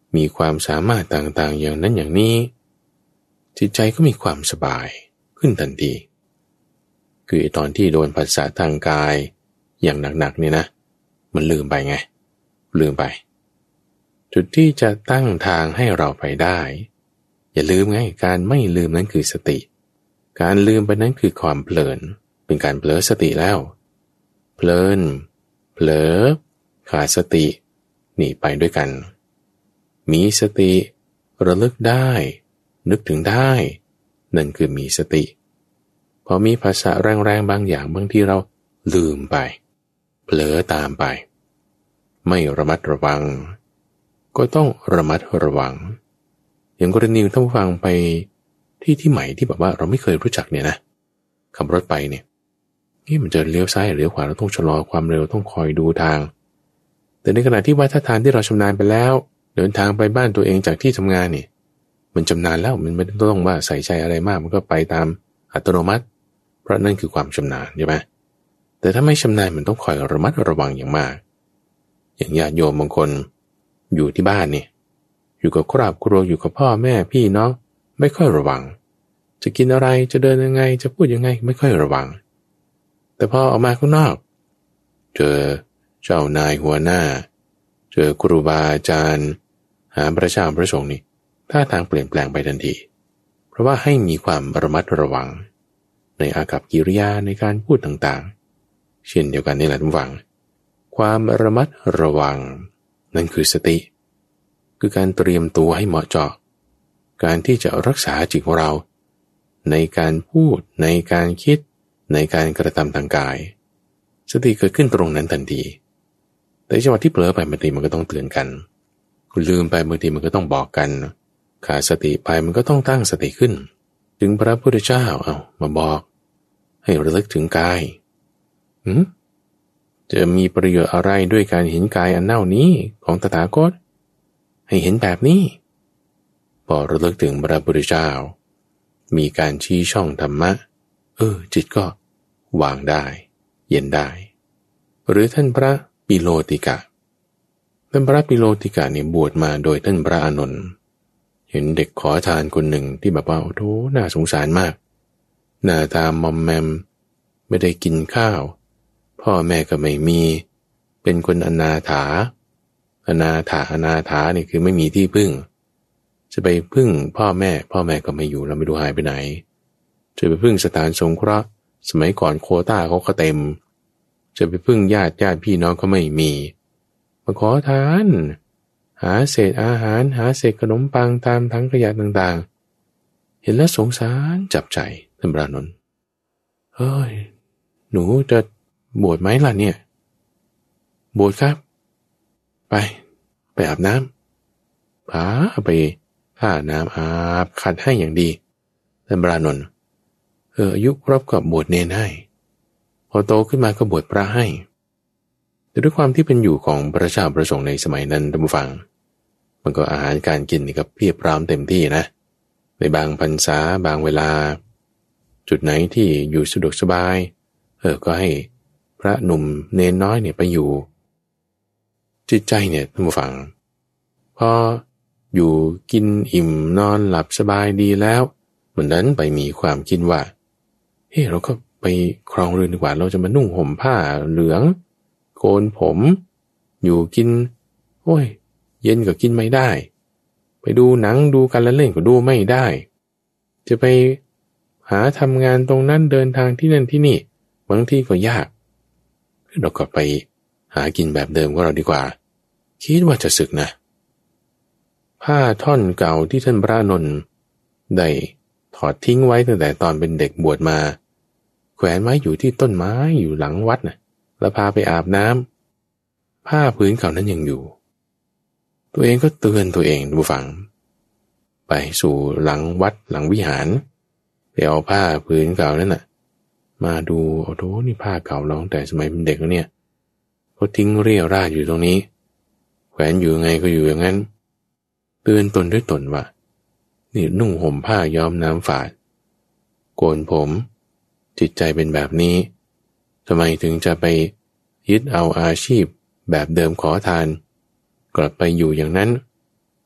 มีความสามารถต่างๆอย่างนั้นอย่างนี้จิตใจก็มีความสบายขึ้นทันทีคือตอนที่โดนผัสสะทางกายอย่างหนักๆเนี่ยนะมันลืมไปไงลืมไปจุดที่จะตั้งทางให้เราไปได้อย่าลืมไงการไม่ลืมนั้นคือสติการลืมไปนั้นคือความเพลินเป็นการเผลอสติแล้วเพลินเผลอขาดสตินี่ไปด้วยกันมีสติระลึกได้นึกถึงได้นั่นคือมีสติพอมีภาษาแรงๆบางอย่างบางทีเราลืมไปเผลอตามไปไม่ระมัดระวังก็ต้องระมัดระวังอย่างกรณีท่านผู้ฟังไปที่ที่ใหม่ที่แบบว่าเราไม่เคยรู้จักเนี่ยนะขับรถไปเนี่ยนี่มันจะเลี้ยวซ้ายหรือขวาเราต้องชะลอความเร็วต้องคอยดูทางแต่ในขณะที่วัฒนธรรมที่เราชำนาญไปแล้วเดินทางไปบ้านตัวเองจากที่ทำงานเนี่ยมันชำนาญแล้วมันไม่ต้องว่าใส่ใจอะไรมากมันก็ไปตามอัตโนมัติเพราะนั่นคือความชำนาญใช่ไหมแต่ถ้าไม่ชำนาญมันต้องคอยระมัดระวังอย่างมากอย่างญาติโยมบางคนอยู่ที่บ้านเนี่ยอยู่กับครอบครัวอยู่กับพ่อแม่พี่น้องไม่ค่อยระวังจะกินอะไรจะเดินยังไงจะพูดยังไงไม่ค่อยระวังแต่พอออกมาข้างนอกเจอเจ้านายหัวหน้าเจอครูบาอาจารย์หาพระเจ้าพระสงฆ์นี่ท่าทางเปลี่ยนแปลงไปทันทีเพราะว่าให้มีความระมัดระวังในอากัปกิริยาในการพูดต่างๆเช่นเดียวกันนี่แหละทุกฝังความระมัดระวังนั่นคือสติคือการเตรียมตัวให้เหมาะเจาะการที่จะรักษาจิตของเราในการพูดในการคิดในการกระทำทางกายสติเกิดขึ้นตรงนั้นทันทีแต่จังหวะที่เผลอไปบางทีมันก็ต้องเตือนกันคุณลืมไปบางทีมันก็ต้องบอกกันขาดสติไปมันก็ต้องตั้งสติขึ้นถึงพระพุทธเจ้าเอามาบอกให้ระลึกถึงกายหืมจะมีประโยชน์อะไรด้วยการเห็นกายอันเน่านี้ของตถาคตให้เห็นแบบนี้พอระลึกถึงพระพุทธเจ้ามีการชี้ช่องธรรมะเออจิตก็วางได้เย็นได้หรือท่านพระปิโลติกะท่านพระปิโลติกะเนี่ยบวชมาโดยท่านพระอานนท์เห็นเด็กขอทานคนหนึ่งที่แบบว่าโอ้โธ่น่าสงสารมากหน้าตามอมแมมไม่ได้กินข้าวพ่อแม่ก็ไม่มีเป็นคนอนาถาอนาถาอนาถานี่คือไม่มีที่พึ่งจะไปพึ่งพ่อแม่พ่อแม่ก็ไม่อยู่แล้วไม่รู้หายไปไหนจะไปพึ่งสถานสงเคราะห์สมัยก่อนโควต้าเขาก็เต็มจะไปพึ่งญาติญาติพี่น้องก็ไม่มีมาขอทานหาเศษอาหารหาเศษขนมปังตามทั้งขยะต่างๆเห็นแล้วสงสารจับใจท่านพระอานนท์เฮ้ยหนูจะบวชไหมล่ะเนี่ยบวชครับไปไปอาบน้ำพาไปท่าน้ำอาบขัดให้อย่างดีท่านพระอานนท์เอออายุครบกับบวชเนรให้พอโตขึ้นมาก็บวชพระให้แต่ด้วยความที่เป็นอยู่ของพระเจ้าพระสงฆ์ในสมัยนั้นท่านผู้ฟังมันก็อาหารการกินนี่ก็เพียบพร้อมเต็มที่นะในบางพรรษาบางเวลาจุดไหนที่อยู่สะดวกสบายเออก็ให้พระหนุ่มเนนน้อยเนี่ยไปอยู่จิตใจเนี่ยท่านผู้ฟังพออยู่กินอิ่มนอนหลับสบายดีแล้ววันนั้นไปมีความคิดว่าเฮ้เราก็ไปครองเรือนดีกว่าเราจะมานุ่งห่มผ้าเหลืองโกนผมอยู่กินโอ้ยเย็นก็กินไม่ได้ไปดูหนังดูการละเล่นก็ดูไม่ได้จะไปหาทำงานตรงนั้นเดินทางที่นั่นที่นี่บางที่ก็ยากเราก็ไปหากินแบบเดิมของเราดีกว่าคิดว่าจะสึกนะผ้าท่อนเก่าที่ท่านพระอานนท์ได้ถอดทิ้งไว้ตั้งแต่ตอนเป็นเด็กบวชมาแขวนไว้อยู่ที่ต้นไม้อยู่หลังวัดนะแล้วพาไปอาบน้ำผ้าพื้นเก่านั้นยังอยู่ตัวเองก็เตือนตัวเองดูฟังไปสู่หลังวัดหลังวิหารไปเอาผ้าพื้นเก่านั้นน่ะมาดูโอ้โหนี่ผ้าเก่าเราตั้งแต่สมัยเป็นเด็กแล้วเนี่ยเขาทิ้งเรี่ยราดอยู่ตรงนี้แขวนอยู่ไงก็อยู่อย่างนั้นเตือนตนด้วยตนว่านี่นุ่งห่มผ้าย้อมน้ำฝาดโกนผมจิตใจเป็นแบบนี้ทำไมถึงจะไปยึดเอาอาชีพแบบเดิมขอทานกลับไปอยู่อย่างนั้น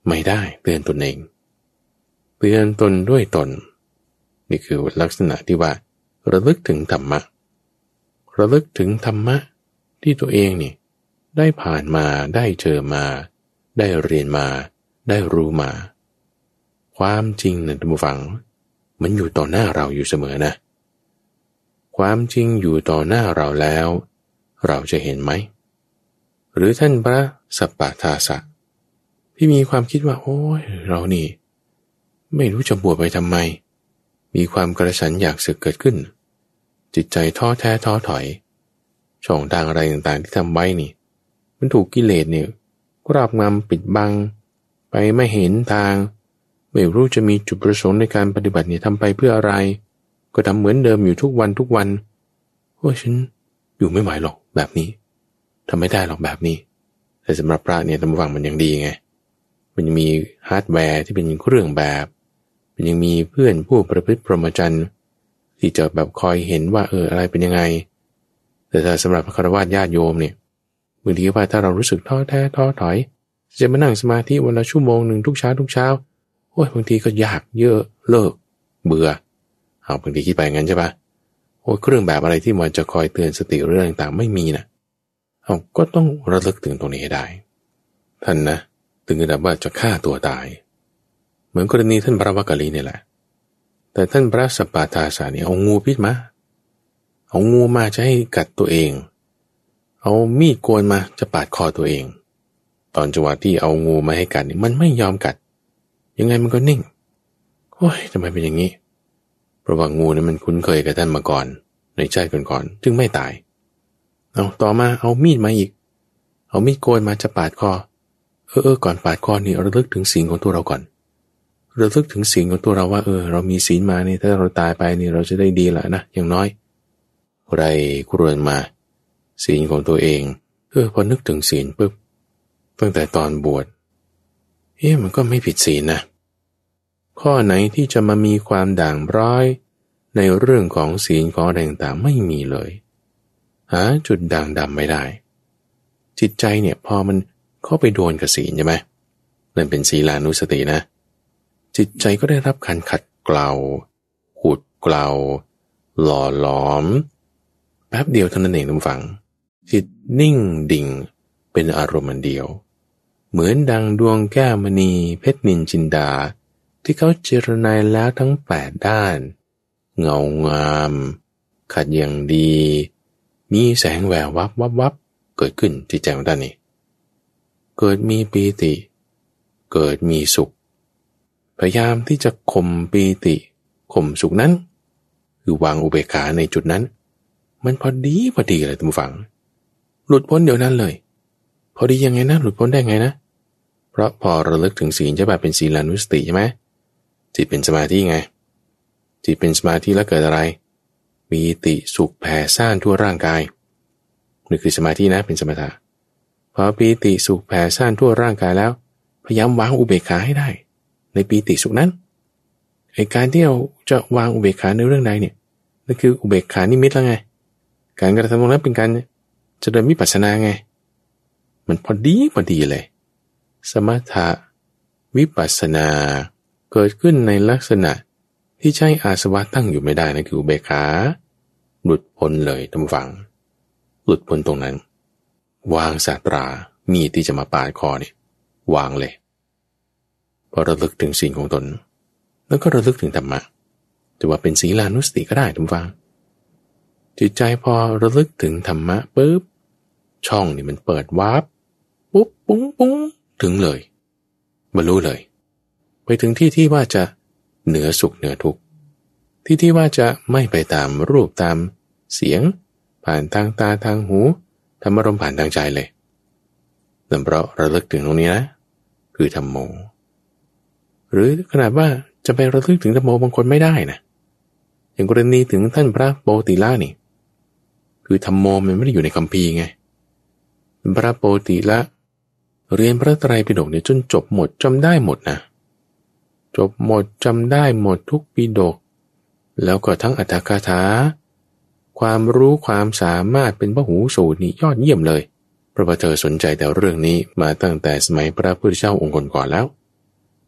ไม่ได้เตือนตนเองเตือนตนด้วยตนนี่คือลักษณะที่ว่าระลึกถึงธรรมะระลึกถึงธรรมะที่ตัวเองนี่ได้ผ่านมาได้เจอมาได้เรียนมาได้รู้มาความจริงนะท่านผู้ฟังมันอยู่ต่อหน้าเราอยู่เสมอนะความจริงอยู่ต่อหน้าเราแล้วเราจะเห็นไหมหรือท่านพระสัปปทาสะที่มีความคิดว่าโอ้ยเรานี่ไม่รู้จะบวชไปทำไมมีความกระสันอยากสึกเกิดขึ้นจิตใจท้อแท้ท้อถอยช่องทางอะไรต่างๆที่ทำไว้นี่มันถูกกิเลสเนี่ยครอบงำปิดบังไปไม่เห็นทางไม่รู้จะมีจุดประสงค์ในการปฏิบัติเนี่ยทำไปเพื่ออะไรก็ทำเหมือนเดิมอยู่ทุกวันทุกวันโอ้ฉันอยู่ไม่ไหวหรอกแบบนี้ทำไม่ได้หรอกแบบนี้แต่สำหรับพระเนี่ยทำฟังมันยังดีไงมันยังมีฮาร์ดแวร์ที่เป็นเครื่องแบบมันยังมีเพื่อนผู้ประพฤติพรหมจรรย์ที่จะแบบคอยเห็นว่าเอออะไรเป็นยังไงแต่ถ้าสำหรับฆราวาสญาติโยมเนี่ยบางทีว่าถ้าเรารู้สึกท้อแท้ท้อถอยจะมานั่งสมาธิวันละชั่วโมงหนึ่งทุกเช้าทุกเช้าโอ้ยบางทีก็ยากเยอะเลิกเบื่อเอาบางทีคิดไปงั้นใช่ปะโอ้ยเครื่องแบบอะไรที่มันจะคอยเตือนสติเรื่องต่างๆไม่มีนะเอาก็ต้องระลึกถึงตรงนี้ให้ได้ท่านนะถึงระดับว่าจะฆ่าตัวตายเหมือนกรณีท่านพระวักกะลีนี่แหละแต่ท่านพระสัปปทาสะเนี่ยเอางูพิษมาเอางูมาจะให้กัดตัวเองเอามีดโกนมาจะปาดคอตัวเองตอนจังหวะที่เอางูมาให้กัดนี่มันไม่ยอมกัดยังไงมันก็นิ่งโอ้ยทำไมเป็นอย่างนี้เพราะว่างูนี่มันคุ้นเคยกับท่านมาก่อนในชาติก่อนๆจึงไม่ตายเอาต่อมาเอามีดมาอีกเอามีดโกนมาจะปาดคอเออเออก่อนปาดคอนี่ระลึกถึงศีลของตัวเราก่อนระลึกถึงศีลของตัวเราว่าเออเรามีศีลมานี่ถ้าเราตายไปนี่เราจะได้ดีละนะอย่างน้อยไรกรวนมาศีลของตัวเองเออพอนึกถึงศีลปุ๊บตั้งแต่ตอนบวชเอ๊ะมันก็ไม่ผิดศีลนะข้อไหนที่จะมามีความด่างพร้อยในเรื่องของศีลของอะไรต่างๆไม่มีเลยหาจุดด่างดำไม่ได้จิตใจเนี่ยพอมันเข้าไปโดนกับศีลใช่ไหมนั่นเป็นศีลานุสตินะจิตใจก็ได้รับการขัดเกลาขูดเกลาหล่อหลอมแป๊บเดียวเท่านั้นเองท่านฟังจิตนิ่งดิ่งเป็นอารมณ์เดียวเหมือนดังดวงแก้วมณีเพชรนินจินดาที่เขาเจรไนแล้วทั้งแปดด้านเงางามขัดอย่างดีมีแสงแวววับวับวับเกิดขึ้นที่ใจของท่านนี้เกิดมีปีติเกิดมีสุขพยายามที่จะข่มปีติข่มสุขนั้นคือวางอุเบกขาในจุดนั้นมันพอดีพอดีเลยท่านผู้ฟังหลุดพ้นเดี๋ยวนั้นเลยพอดียังไงนะหลุดพ้นได้ไงนะเพราะพอระลึกถึงศีลจะแบบเป็นศีลานุสติใช่ไหมจิตเป็นสมาธิไงจิตเป็นสมาธิแล้วเกิดอะไรปีติสุขแผ่ซ่านทั่วร่างกายนี่คือสมาธินะเป็นสมถะพอปีติสุขแผ่ซ่านทั่วร่างกายแล้วพยายามวางอุเบกขาให้ได้ในปีติสุขนั้นไอ้การที่เราจะวางอุเบกขาในเรื่องใดเนี่ยนั่นคืออุเบกขานิมิตแล้วไงการกระทำตรงนั้นเป็นการเจริญวิปัสสนาไงมันพอดีพอดีเลยสมถะวิปัสสนาเกิดขึ้นในลักษณะที่ใช้อาสวะตั้งอยู่ไม่ได้นั่นคืออุเบกขาหลุดพ้นเลยท่านผู้ฟังหลุดพ้นตรงนั้นวางศาสตรามีที่จะมาปาดคอเนี่ยวางเลยพอระลึกถึงสิ่งของตนแล้วก็ระลึกถึงธรรมะจะว่าเป็นศีลานุสติก็ได้ท่านผู้ฟังจิตใจพอระลึกถึงธรรมะปุ๊บช่องนี่มันเปิดวาร์ปปุ๊บปุ้งปุ้งถึงเลยบรรลุเลยไปถึงที่ที่ว่าจะเหนือสุขเหนือทุกข์ที่ที่ว่าจะไม่ไปตามรูปตามเสียงผ่านทางตาทางหูธรรมารมณ์ผ่านทางใจเลยนั่นเพราะระลึกถึงตรงนี้นะคือธัมโมหรือขนาดว่าจะไประลึกถึงธัมโมบางคนไม่ได้นะอย่างกรณีถึงท่านพระโปติละนี่คือธัมโมมันไม่ได้อยู่ในคัมภีร์ไงพระโปติละเรียนพระไตรปิฎกเนี่ยจนจบหมดจำได้หมดนะจบหมดจำได้หมดทุกปิฎกแล้วก็ทั้งอรรถกถาความรู้ความสามารถเป็นพหูสูตรนี่ยอดเยี่ยมเลยเพราะว่าเธอสนใจแต่เรื่องนี้มาตั้งแต่สมัยพระพุทธเจ้าองค์ก่อนๆแล้ว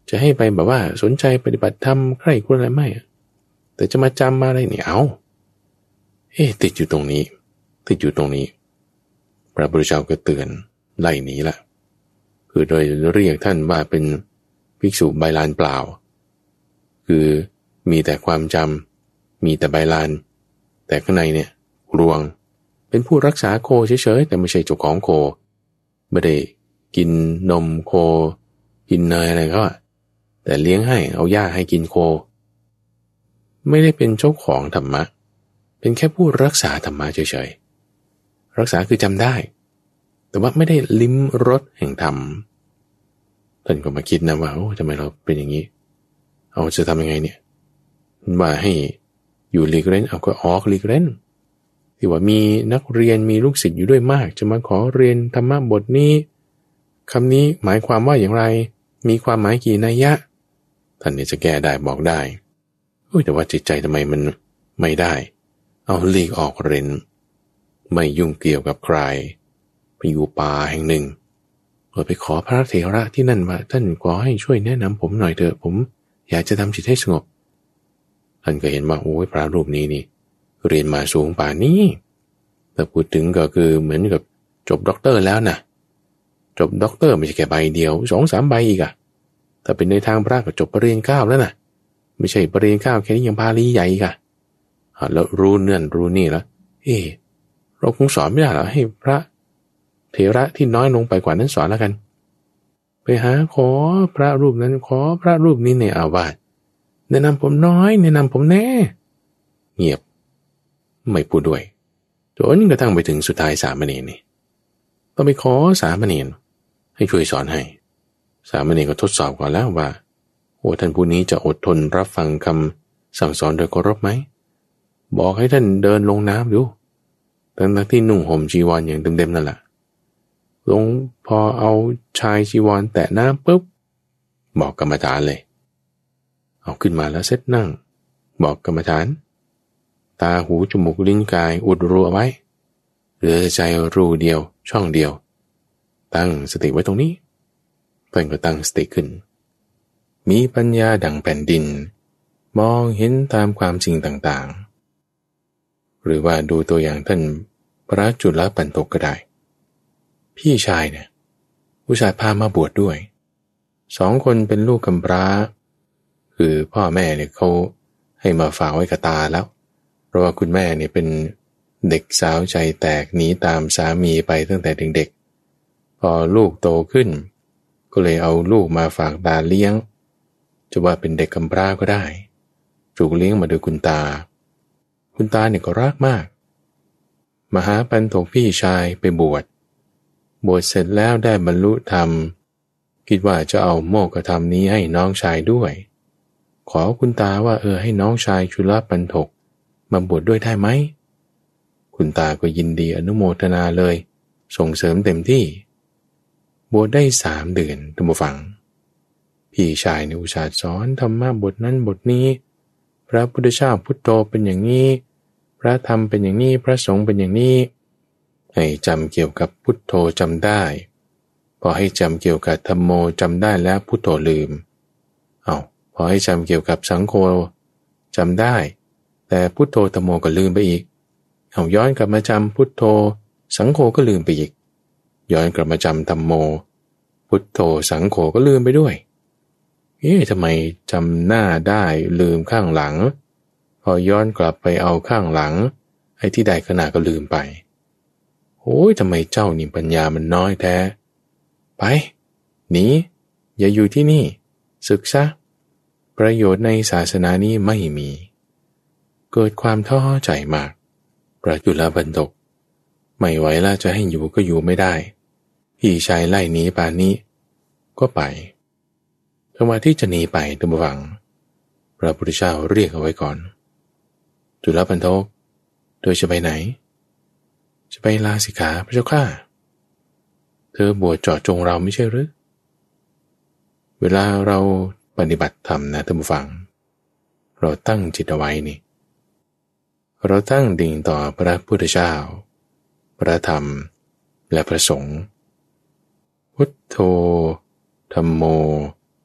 จะให้ไปแบบว่าสนใจปฏิบัติธรรมใคร่ครวญอะไรไม่แต่จะมาจำมาอะไรเนี่ยเอาเอ๊ะติดอยู่ตรงนี้ติดอยู่ตรงนี้พระพุทธเจ้าก็เตือนไล่หนีละคือโดยเรียกท่านว่าเป็นภิกษุใบลานเปล่าคือมีแต่ความจำมีแต่ใบลานแต่ข้างในเนี่ยรวงเป็นผู้รักษาโคเฉยๆแต่ไม่ใช่เจ้าของโคไม่ได้กินนมโคกินเนยอะไรก็แต่เลี้ยงให้เอาหญ้าให้กินโคไม่ได้เป็นเจ้าของธรรมะเป็นแค่ผู้รักษาธรรมะเฉยๆรักษาคือจำได้แต่ว่าไม่ได้ลิ้มรสแห่งธรรมท่านก็มาคิดนะว่าโอ้ทำไมเราเป็นอย่างนี้เอาจะทำยังไงเนี่ยว่าให้อยู่ลีกเล่นเอาก็ออกลีกเล่นที่ว่ามีนักเรียนมีลูกศิษย์อยู่ด้วยมากจะมาขอเรียนธรรมะบทนี้คำนี้หมายความว่าอย่างไรมีความหมายกี่นัยยะท่านเนี่ยจะแก้ได้บอกได้โอ้ยแต่ว่าจิตใจทำไมมันไม่ได้เอาหลีกออกเรนไม่ยุ่งเกี่ยวกับใครไปอยู่ป่าแห่งหนึ่งเออไปขอพระเถระที่นั่นว่าท่านขอให้ช่วยแนะนำผมหน่อยเถอะผมอยากจะทำจิตให้สงบท่านก็เห็นว่าโอ้ยพระรูปนี้นี่เรียนมาสูงป่านี้แต่พูดถึงก็คือเหมือนกับจบด็อกเตอร์แล้วนะจบด็อกเตอร์ไม่ใช่แค่ใบเดียวสองสามใบอีกอะถ้าเป็นในทางพระก็จบปริญญาเก้าแล้วนะไม่ใช่ปริญญาเก้าแค่นี้ยังพาลีใหญ่อีกอะแล้วรู้เนื่อนรู้นี่แล้วเออเราคงสอนไม่ได้หรอให้พระเถระที่น้อยลงไปกว่านั้นสอนแล้วกันไปหาขอพระรูปนั้นขอพระรูปนี้ในอาวาสแนะนำผมน้อยแนะนำผมแน่เงียบไม่พูดด้วยจนกระทั่งไปถึงสุดท้ายสามเณรนี่ต้องไปขอสามเณรให้ช่วยสอนให้สามเณรก็ทดสอบก่อนแล้วว่าโอ้ท่านผู้นี้จะอดทนรับฟังคำสั่งสอนโดยเคารพไหมบอกให้ท่านเดินลงน้ำดูทั้งที่นุ่งห่มจีวรอย่างเต็มๆนั่นแหละลงพอเอาชายจีวรแตะน้ำปุ๊บบอกกรรมฐานเลยเอาขึ้นมาแล้วเซตนั่งบอกกรรมฐานตาหูจมูกลิ้นกายอุดรูเอาไว้เหลือใจรูเดียวช่องเดียวตั้งสติไว้ตรงนี้เพิ่นก็ตั้งสติขึ้นมีปัญญาดั่งแผ่นดินมองเห็นตามความจริงต่างๆหรือว่าดูตัวอย่างท่านพระจุลปันโตก็ได้พี่ชายเนี่ยผู้ชายพามาบวชดด้วยสองคนเป็นลูกกำพร้าคือพ่อแม่เนี่ยเขาให้มาฝากไว้กับตาแล้วเพราะว่าคุณแม่เนี่ยเป็นเด็กสาวใจแตกหนีตามสามีไปตั้งแต่เด็กๆพอลูกโตขึ้นก็เลยเอาลูกมาฝากตาเลี้ยงจะว่าเป็นเด็กกำพร้าก็ได้ถูกเลี้ยงมาโดยคุณตาคุณตาเนี่ยก็รักมากมหาปันโถพี่ชายไปบวชบวชเสร็จแล้วได้บรรลุธรรมคิดว่าจะเอาโมกขธรรมนี้ให้น้องชายด้วยขอคุณตาว่าเออให้น้องชายจุลปันถกมาบวชดด้วยได้ไหมคุณตาก็ยินดีอนุโมทนาเลยส่งเสริมเต็มที่บวชได้สามเดือนท่านผู้ฟังพี่ชายในอุตสาห์สอนธรรมะบทนั้นบทนี้พระพุทธเจ้าพุทโธเป็นอย่างนี้พระธรรมเป็นอย่างนี้พระสงฆ์เป็นอย่างนี้ให้จำเกี่ยวกับพุทโธจำได้พอให้จำเกี่ยวกับธัมโมจำได้แล้วพุทโธลืมเอาพอให้จำเกี่ยวกับสังโฆจำได้แต่พุทโธธัมโมก็ลืมไปอีกเอาย้อนกลับมาจำพุทโธสังโฆก็ลืมไปอีกย้อนกลับมาจำธัมโมพุทโธสังโฆก็ลืมไปด้วยเอ๊ะทำไมจำหน้าได้ลืมข้างหลังพอย้อนกลับไปเอาข้างหลังไอ้ที่ใดขณะก็ลืมไปโอ้ยทำไมเจ้านี่ปัญญามันน้อยแท้ไปหนีอย่าอยู่ที่นี่ศึกซะประโยชน์ในศาสนานี้ไม่มีเกิดความท้อใจมากพระจุลปันถกไม่ไหวแล้วจะให้อยู่ก็อยู่ไม่ได้พี่ชายไล่หนีป่านนี้ก็ไปจังหวะที่จะหนีไปท่านผู้ฟังพระพุทธเจ้าเรียกเอาไว้ก่อนจุลปันถกโดยจะไปไหนจะไปลาสิกขาพระเจ้าข้าเธอบวชเจาะจงเราไม่ใช่หรือเวลาเราปฏิบัติธรรมนะท่านผู้ฟังเราตั้งจิตเอาไว้นี่เราตั้งดิ่งต่อพระพุทธเจ้าพระธรรมและพระสงฆ์พุทโธธัมโม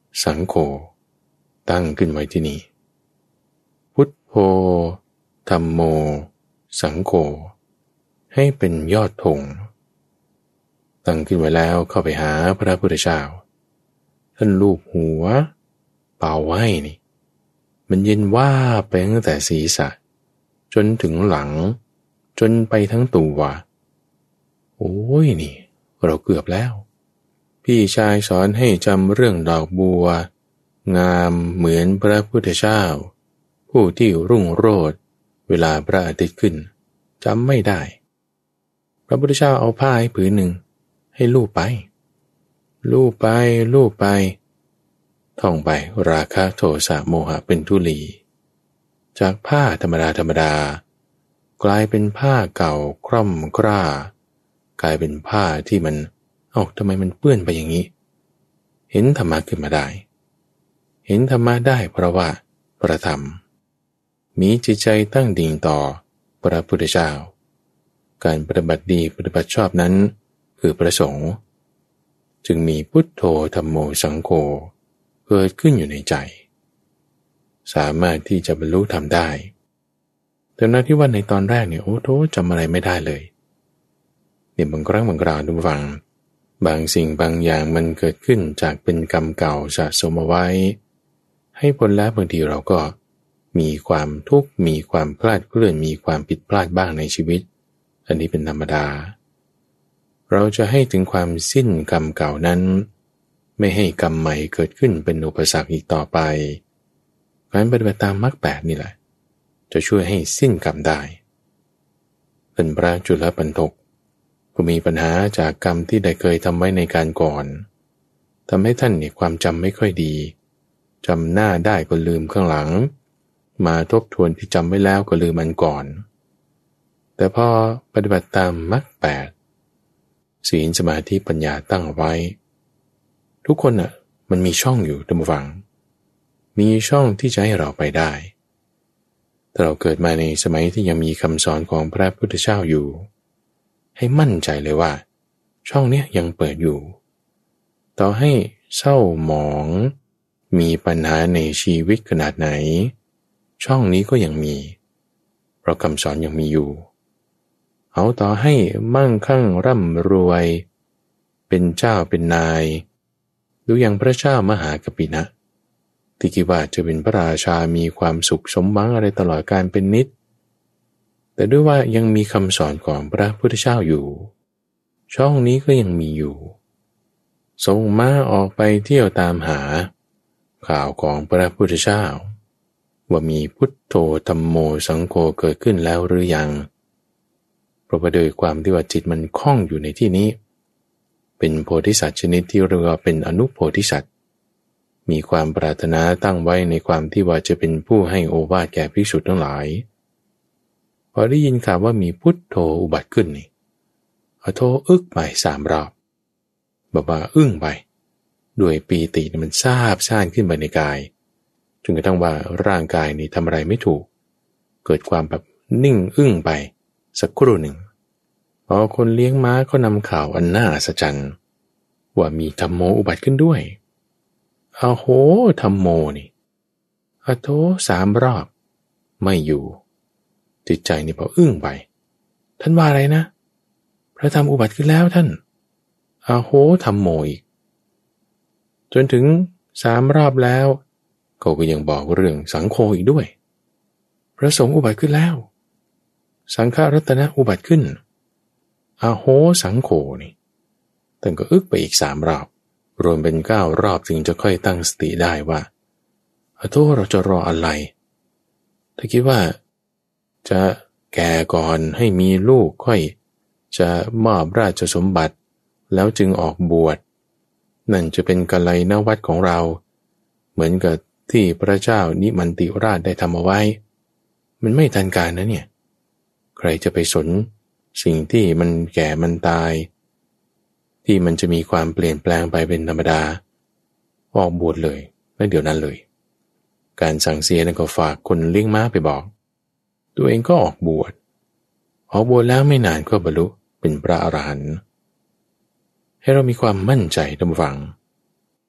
สังโฆตั้งขึ้นไว้ที่นี่พุทโธธัมโมสังโฆให้เป็นยอดธงตั้งขึ้นไว้แล้วเข้าไปหาพระพุทธเจ้าท่านลูบหัวเป่าไว้นี่มันเย็นว่าไปตั้งแต่ศีรษะจนถึงหลังจนไปทั้งตัวโอ้ยนี่เราเกือบแล้วพี่ชายสอนให้จำเรื่องดอกบัวงามเหมือนพระพุทธเจ้าผู้ที่รุ่งโรจน์เวลาพระอาทิตย์ขึ้นจำไม่ได้พระพุทธเจ้าเอาผ้าให้ผืนหนึ่งให้ลูบไปลูบไปลูบไปท่องไปราคะโทสะโมหะเป็นทุลีจากผ้าธรรมดาธรรมดากลายเป็นผ้าเก่าคร่ำคร่ากลายเป็นผ้าที่มันเอ้าทำไมมันเปื้อนไปอย่างนี้เห็นธรรมะขึ้นมาได้เห็นธรรมะได้เพราะว่าพระธรรมมีจิตใจตั้งดิ่งต่อพระพุทธเจ้าการปฏิบัติดีปฏิบัติชอบนั้นคือประสงค์จึงมีพุทโธธัมโมสังโฆเกิดขึ้นอยู่ในใจสามารถที่จะบรรลุธรรมได้แต่นั้นที่ว่าในตอนแรกเนี่ยโอ้โธจำอะไรไม่ได้เลยเนี่ยบางครั้งบางคราวดูฟังบางสิ่งบางอย่างมันเกิดขึ้นจากเป็นกรรมเก่าสะสมเอาไว้ให้ผลแล้วบางทีเราก็มีความทุกข์มีความพลาดเคลื่อนมีความผิดพลาดบ้างในชีวิตอันนี้เป็นธรรมดาเราจะให้ถึงความสิ้นกรรมเก่านั้นไม่ให้กรรมใหม่เกิดขึ้นเป็นอุปสรรคอีกต่อไปการปฏิบัติตามมรรคแปดนี่แหละจะช่วยให้สิ้นกรรมได้เป็นพระจุลปันถกก็มีปัญหาจากกรรมที่ได้เคยทำไว้ในการก่อนทำให้ท่านเนี่ยความจำไม่ค่อยดีจำหน้าได้ก็ลืมข้างหลังมาทบทวนที่จำไว้แล้วก็ลืมอันก่อนแต่พอปฏิบัติตามมรรคแปดศีลสมาธิปัญญาตั้งไว้ทุกคนน่ะมันมีช่องอยู่ท่านผู้ฟังมีช่องที่จะให้เราไปได้ถ้าเราเกิดมาในสมัยที่ยังมีคำสอนของพระพุทธเจ้าอยู่ให้มั่นใจเลยว่าช่องนี้ยังเปิดอยู่ต่อให้เศร้าหมองมีปัญหาในชีวิตขนาดไหนช่องนี้ก็ยังมีเพราะคำสอนยังมีอยู่เอาต่อให้มั่งคั่งร่ำรวยเป็นเจ้าเป็นนายดูอย่างพระเจ้ามหากัปปินะที่คิดว่าจะเป็นพระราชามีความสุขสมหวังอะไรตลอดการเป็นนิจแต่ด้วยว่ายังมีคำสอนของพระพุทธเจ้าอยู่ช่องนี้ก็ยังมีอยู่ส่งม้าออกไปเที่ยวตามหาข่าวของพระพุทธเจ้าว่ามีพุทโธธัมโมสังโฆเกิดขึ้นแล้วหรือยังเพราะว่าโดยความที่ว่าจิตมันคล้องอยู่ในที่นี้เป็นโพธิสัตว์ชนิดที่เรียกว่าเป็นอนุโพธิสัตว์มีความปรารถนาตั้งไว้ในความที่ว่าจะเป็นผู้ให้โอวาทแก่ภิกษุทั้งหลายพอได้ยินข่าวว่ามีพุทโธอุบัติขึ้นนี่เอาโธอึกไปสามรอบบอกว่าอึ้งไปด้วยปีติมันซาบซ่านขึ้นไปในกายจนกระทั่งว่าร่างกายนี่ทำอะไรไม่ถูกเกิดความแบบนิ่งอึ้งไปสักครู่หนึ่งพอคนเลี้ยงม้าก็นำข่าวอันน่าอัศจรรย์ว่ามีธัมโมอุบัติขึ้นด้วยอาโหธัมโมนี่อาโธสามรอบไม่อยู่จิตใจนี่พออึ้งไปท่านว่าอะไรนะพระธรรมอุบัติขึ้นแล้วท่านอาโหธัมโมอีกจนถึงสามรอบแล้วเขาก็ยังบอกเรื่องสังโฆอีกด้วยพระสงฆ์อุบัติขึ้นแล้วสังฆรัตนะอุบัติขึ้นอาโหสังโฆนี่ท่านก็อึกไปอีกสามรอบรวมเป็นเก้ารอบจึงจะค่อยตั้งสติได้ว่าอาโธเราจะรออะไรถ้าคิดว่าจะแก่ก่อนให้มีลูกค่อยจะมอบราชสมบัติแล้วจึงออกบวชนั่นจะเป็นกัลยาณวัตรของเราเหมือนกับที่พระเจ้านิมันติราชได้ทำเอาไว้มันไม่ทันการนะเนี่ยใครจะไปสนสิ่งที่มันแก่มันตายที่มันจะมีความเปลี่ยนแปลงไปเป็นธรรมดาออกบวชเลยแล้วเดี๋ยวนั้นเลยการสั่งเสียนั้นก็ฝากคนเลี้ยงม้าไปบอกตัวเองก็ออกบวชออกบวชแล้วไม่นานก็บรรลุเป็นพระอรหันต์ให้เรามีความมั่นใจท่านผู้ฟัง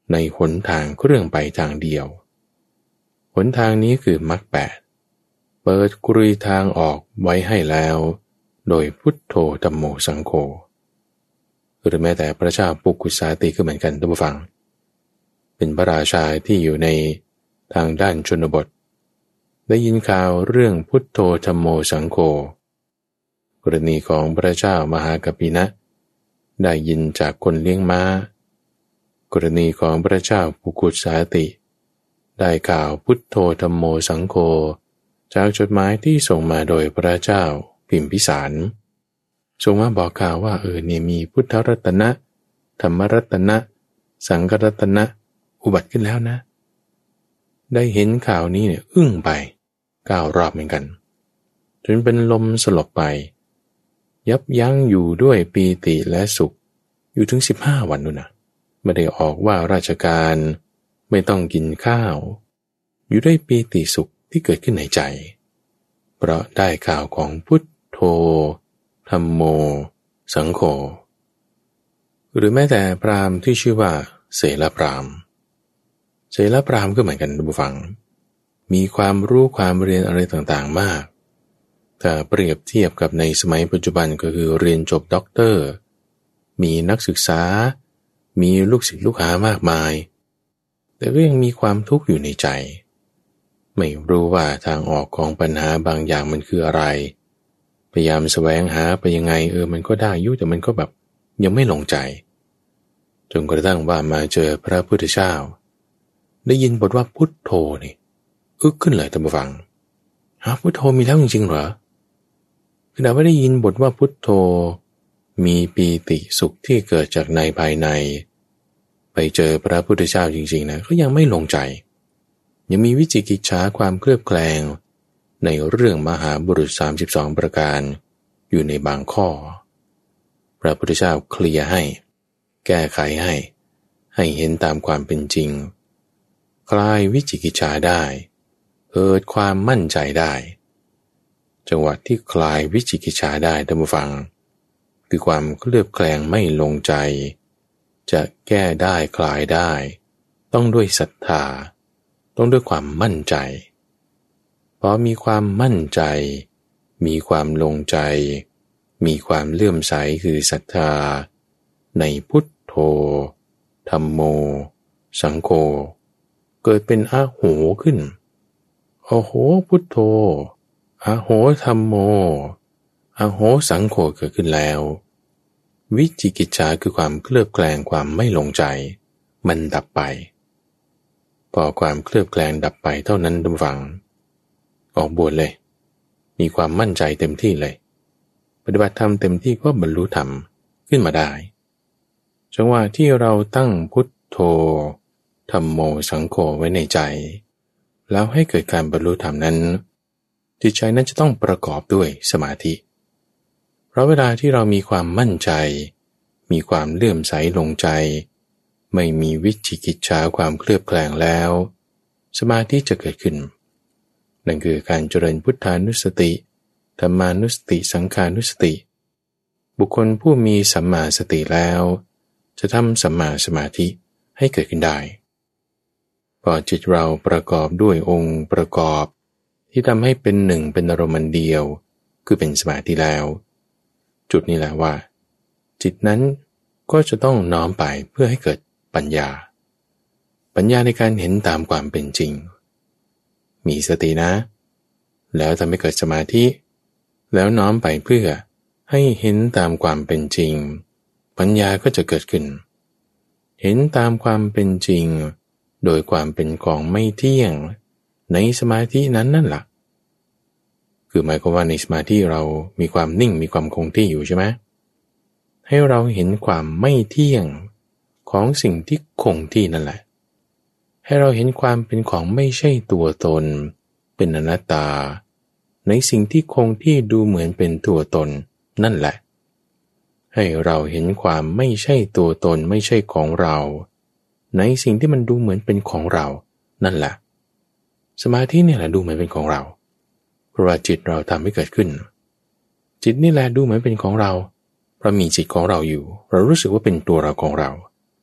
ในหนทางเครื่องไปทางเดียวหนทางนี้คือมรรคแปดเปิดกรุยทางออกไว้ให้แล้วโดยพุทโธธัมโมสังโฆหรือแม้แต่พระเจ้าปุกุสาติก็เหมือนกันท่านผู้ฟังเป็นพระราชาที่อยู่ในทางด้านชนบทได้ยินข่าวเรื่องพุทโธธัมโมสังโฆกรณีของพระเจ้ามหากัปปินะได้ยินจากคนเลี้ยงม้ากรณีของพระเจ้าปุกุสาติได้กล่าวพุทโธธัมโมสังโฆจากจดหมายที่ส่งมาโดยพระเจ้าพิมพิสารส่งมาบอกข่าวว่าเออเนี่ยมีพุทธรัตนะธรรมรัตนะสังฆรัตนะอุบัติขึ้นแล้วนะได้เห็นข่าวนี้เนี่ยอึ้งไปเก้ารอบเหมือนกันจนเป็นลมสลบไปยับยั้งอยู่ด้วยปีติและสุขอยู่ถึงสิบห้าวันนู่นนะไม่ได้ออกว่าราชการไม่ต้องกินข้าวอยู่ด้วยปีติสุขที่เกิดขึ้นในใจเพราะได้ข่าวของพุทโธธัมโมสังโฆหรือแม้แต่พราหมณ์ที่ชื่อว่าเสลพราหมณ์เสลพราหมณ์ก็เหมือนกันท่านผู้ฟังมีความรู้ความเรียนอะไรต่างๆมากถ้าเปรียบเทียบกับในสมัยปัจจุบันก็คือเรียนจบด็อกเตอร์มีนักศึกษามีลูกศิษย์ลูกหามากมายแต่ก็ยังมีความทุกข์อยู่ในใจไม่รู้ว่าทางออกของปัญหาบางอย่างมันคืออะไรพยายามแสวงหาไปยังไงเออมันก็ได้อยู่แต่มันก็แบบยังไม่ลงใจจนกระทั่งว่ามาเจอพระพุทธเจ้าได้ยินบทว่าพุทโธนี่อึกขึ้นเลยท่านผู้ฟังหาพุทโธมีแล้วจริงๆเหรอขณะว่าได้ยินบทว่าพุทโธมีปีติสุขที่เกิดจากในภายในไปเจอพระพุทธเจ้าจริงๆนะก็ยังไม่ลงใจยังมีวิจิกิจฉาความเคลือบแคลงในเรื่องมหาบุรุษสามสิบสองประการอยู่ในบางข้อพระพุทธเจ้าเคลียร์ให้แก้ไขให้ให้เห็นตามความเป็นจริงคลายวิจิกิจฉาได้เกิดความมั่นใจได้จังหวะที่คลายวิจิกิจฉาได้ท่านผู้ฟังคือความเคลือบแคลงไม่ลงใจจะแก้ได้คลายได้ต้องด้วยศรัทธาต้องด้วยความมั่นใจพอมีความมั่นใจมีความลงใจมีความเลื่อมใสคือศรัทธาในพุทโธธัมโมสังโฆเกิดเป็นอะโหขึ้นโอ้โหพุทโธอะโหธัมโมอะโหสังโฆเกิดขึ้นแล้ววิจิกิจฉาคือความเคลือบแคลงความไม่ลงใจมันดับไปพอความเคลือบแคลงดับไปเท่านั้นท่านฟังออกบวชเลยมีความมั่นใจเต็มที่เลยปฏิบัติธรรมเต็มที่ก็บรรลุธรรมขึ้นมาได้จังหวะที่เราตั้งพุทโธธัมโมสังโฆไว้ในใจแล้วให้เกิดการบรรลุธรรมนั้นจิตใจนั้นจะต้องประกอบด้วยสมาธิเพราะเวลาที่เรามีความมั่นใจมีความเลื่อมใสลงใจไม่มีวิจิกิจฉาความเคลือบแคลงแล้วสมาธิจะเกิดขึ้นนั่นคือการเจริญพุทธานุสติธัมมานุสติสังฆานุสติบุคคลผู้มีสัมมาสติแล้วจะทำสัมมาสมาธิให้เกิดขึ้นได้พอจิตเราประกอบด้วยองค์ประกอบที่ทำให้เป็นหนึ่งเป็นอารมณ์เดียวคือเป็นสมาธิแล้วจุดนี้แหละว่าจิตนั้นก็จะต้องน้อมไปเพื่อให้เกิดปัญญาปัญญาในการเห็นตามความเป็นจริงมีสตินะแล้วทำให้เกิดสมาธิแล้วน้อมไปเพื่อให้เห็นตามความเป็นจริงปัญญาก็จะเกิดขึ้นเห็นตามความเป็นจริงโดยความเป็นของไม่เที่ยงในสมาธินั้นนั่นแหละคือหมายความว่าในสมาธิเรามีความนิ่งมีความคงที่อยู่ใช่ไหมให้เราเห็นความไม่เที่ยงของสิ่งที่คงที่นั่นแหละให้เราเห็นความเป็นของไม่ใช่ตัวตนเป็นอนัตตาในสิ่งที่คงที่ดูเหมือนเป็นตัวตนนั่นแหละให้เราเห็นความไม่ใช่ตัวตนไม่ใช่ของเราในสิ่งที่มันดูเหมือนเป็นของเรานั่นแหละสมาธิเนี่ยแหละดูเหมือนเป็นของเราเพราะว่าจิตเราทำให้เกิดขึ้นจิตนี่แหละดูเหมือนเป็นของเราเพราะมีจิตของเราอยู่เรารู้สึกว่าเป็นตัวเราของเรา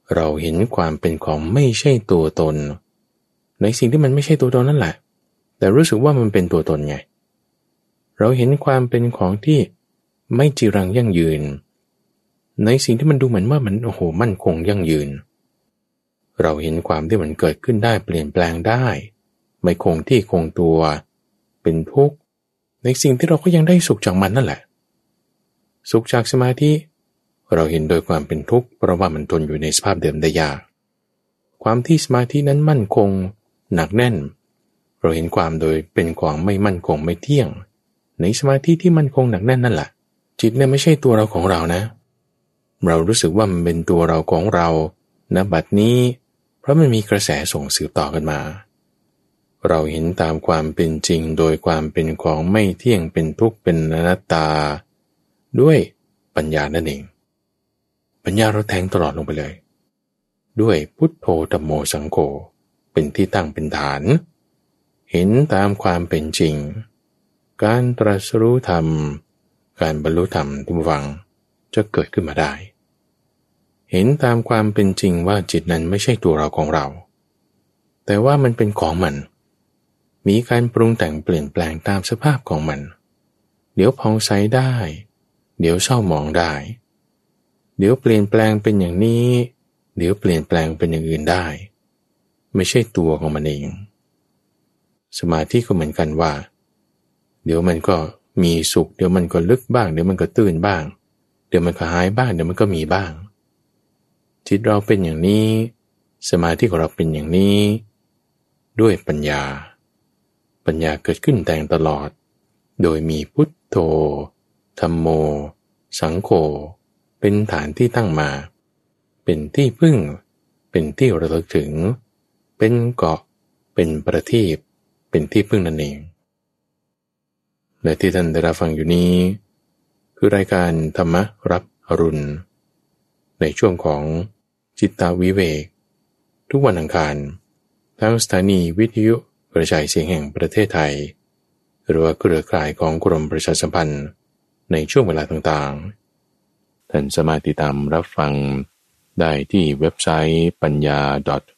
เราเห็นความเป็นของไม่ใช่ตัวตนในสิ่งที่มันไม่ใช่ตัวตนนั่นแหละแต่รู้สึกว่ามันเป็นตัวตนไงเราเห็นความเป็นของที่ไม่จีรังยั่งยืนในสิ่งที่มันดูเหมือนว่ามันโอ้โหมั่นคงยั่งยืนเราเห็นความที่มันเกิดขึ้นได้เปลี่ยนแปลงได้ไม่คงที่คงตัวเป็นทุกข์ในสิ่งที่เราก็ยังได้สุขจากมันนั่นแหละสุขจากสมาธิเราเห็นโดยความเป็นทุกข์เพราะว่ามันทนอยู่ในสภาพเดิมได้ยากความที่สมาธินั้นมั่นคงหนักแน่นเราเห็นความโดยเป็นความไม่มั่นคงไม่เที่ยงในสมาธิที่มั่นคงหนักแน่นนั่นแหละจิตเนี่ยไม่ใช่ตัวเราของเรานะเรารู้สึกว่ามันเป็นตัวเราของเราณบัดนี้เพราะมันมีกระแสส่งสืบต่อกันมาเราเห็นตามความเป็นจริงโดยความเป็นของไม่เที่ยงเป็นทุกข์เป็นอนัตตาด้วยปัญญานั่นเองปัญญาเราแทงตลอดลงไปเลยด้วยพุทโธธัมโมสังโฆเป็นที่ตั้งเป็นฐานเห็นตามความเป็นจริงการตรัสรู้ธรรมการบรรลุธรรมทุกฝังจะเกิดขึ้นมาได้เห็นตามความเป็นจริงว่าจิตนั้นไม่ใช่ตัวเราของเราแต่ว่ามันเป็นของมันมีการปรุงแต่งเปลี่ยนแปลงตามสภาพของมันเดี๋ยวพองใสได้เดี๋ยวเศร้าหมองได้เดี๋ยวเปลี่ยนแปลงเป็นอย่างนี้เดี๋ยวเปลี่ยนแปลงเป็นอย่างอื่นได้ไม่ใช่ตัวของมันเองสมาธิก็เหมือนกันว่าเดี๋ยวมันก็มีสุขเดี๋ยวมันก็ลึกบ้างเดี๋ยวมันก็ตื่นบ้างเดี๋ยวมันก็หายบ้างเดี๋ยวมันก็มีบ้างจิตเราเป็นอย่างนี้สมาธิของเราเป็นอย่างนี้ด้วยปัญญาปัญญาเกิดขึ้นแต่งตลอดโดยมีพุทโธธัมโมสังโฆเป็นฐานที่ตั้งมาเป็นที่พึ่งเป็นที่ระลึกถึงเป็นเกาะเป็นประทีปเป็นที่พึ่งนั่นเองและที่ท่านได้รับฟังอยู่นี้คือรายการธรรมรับอรุณในช่วงของจิตตวิเวกทุกวันอังคารทางสถานีวิทยุกระจายเสียงแห่งประเทศไทยหรือว่าเครือข่ายของกรมประชาสัมพันธ์ในช่วงเวลาต่างๆท่านสามารถติดตามรับฟังได้ที่เว็บไซต์ปัญญา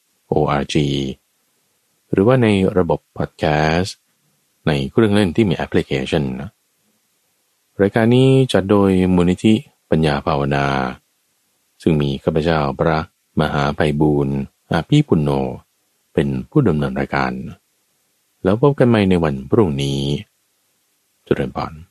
.org หรือว่าในระบบพอดแคสต์ในเครื่องเล่นที่มีแอปพลิเคชันรายการนี้จัดโดยมูลนิธิปัญญาภาวนาซึ่งมีข้าพเจ้าพระมหาไพบูลย์อาภีปุณโญเป็นผู้ดำเนินรายการแล้วพบกันใหม่ในวันพรุ่งนี้เจริญพร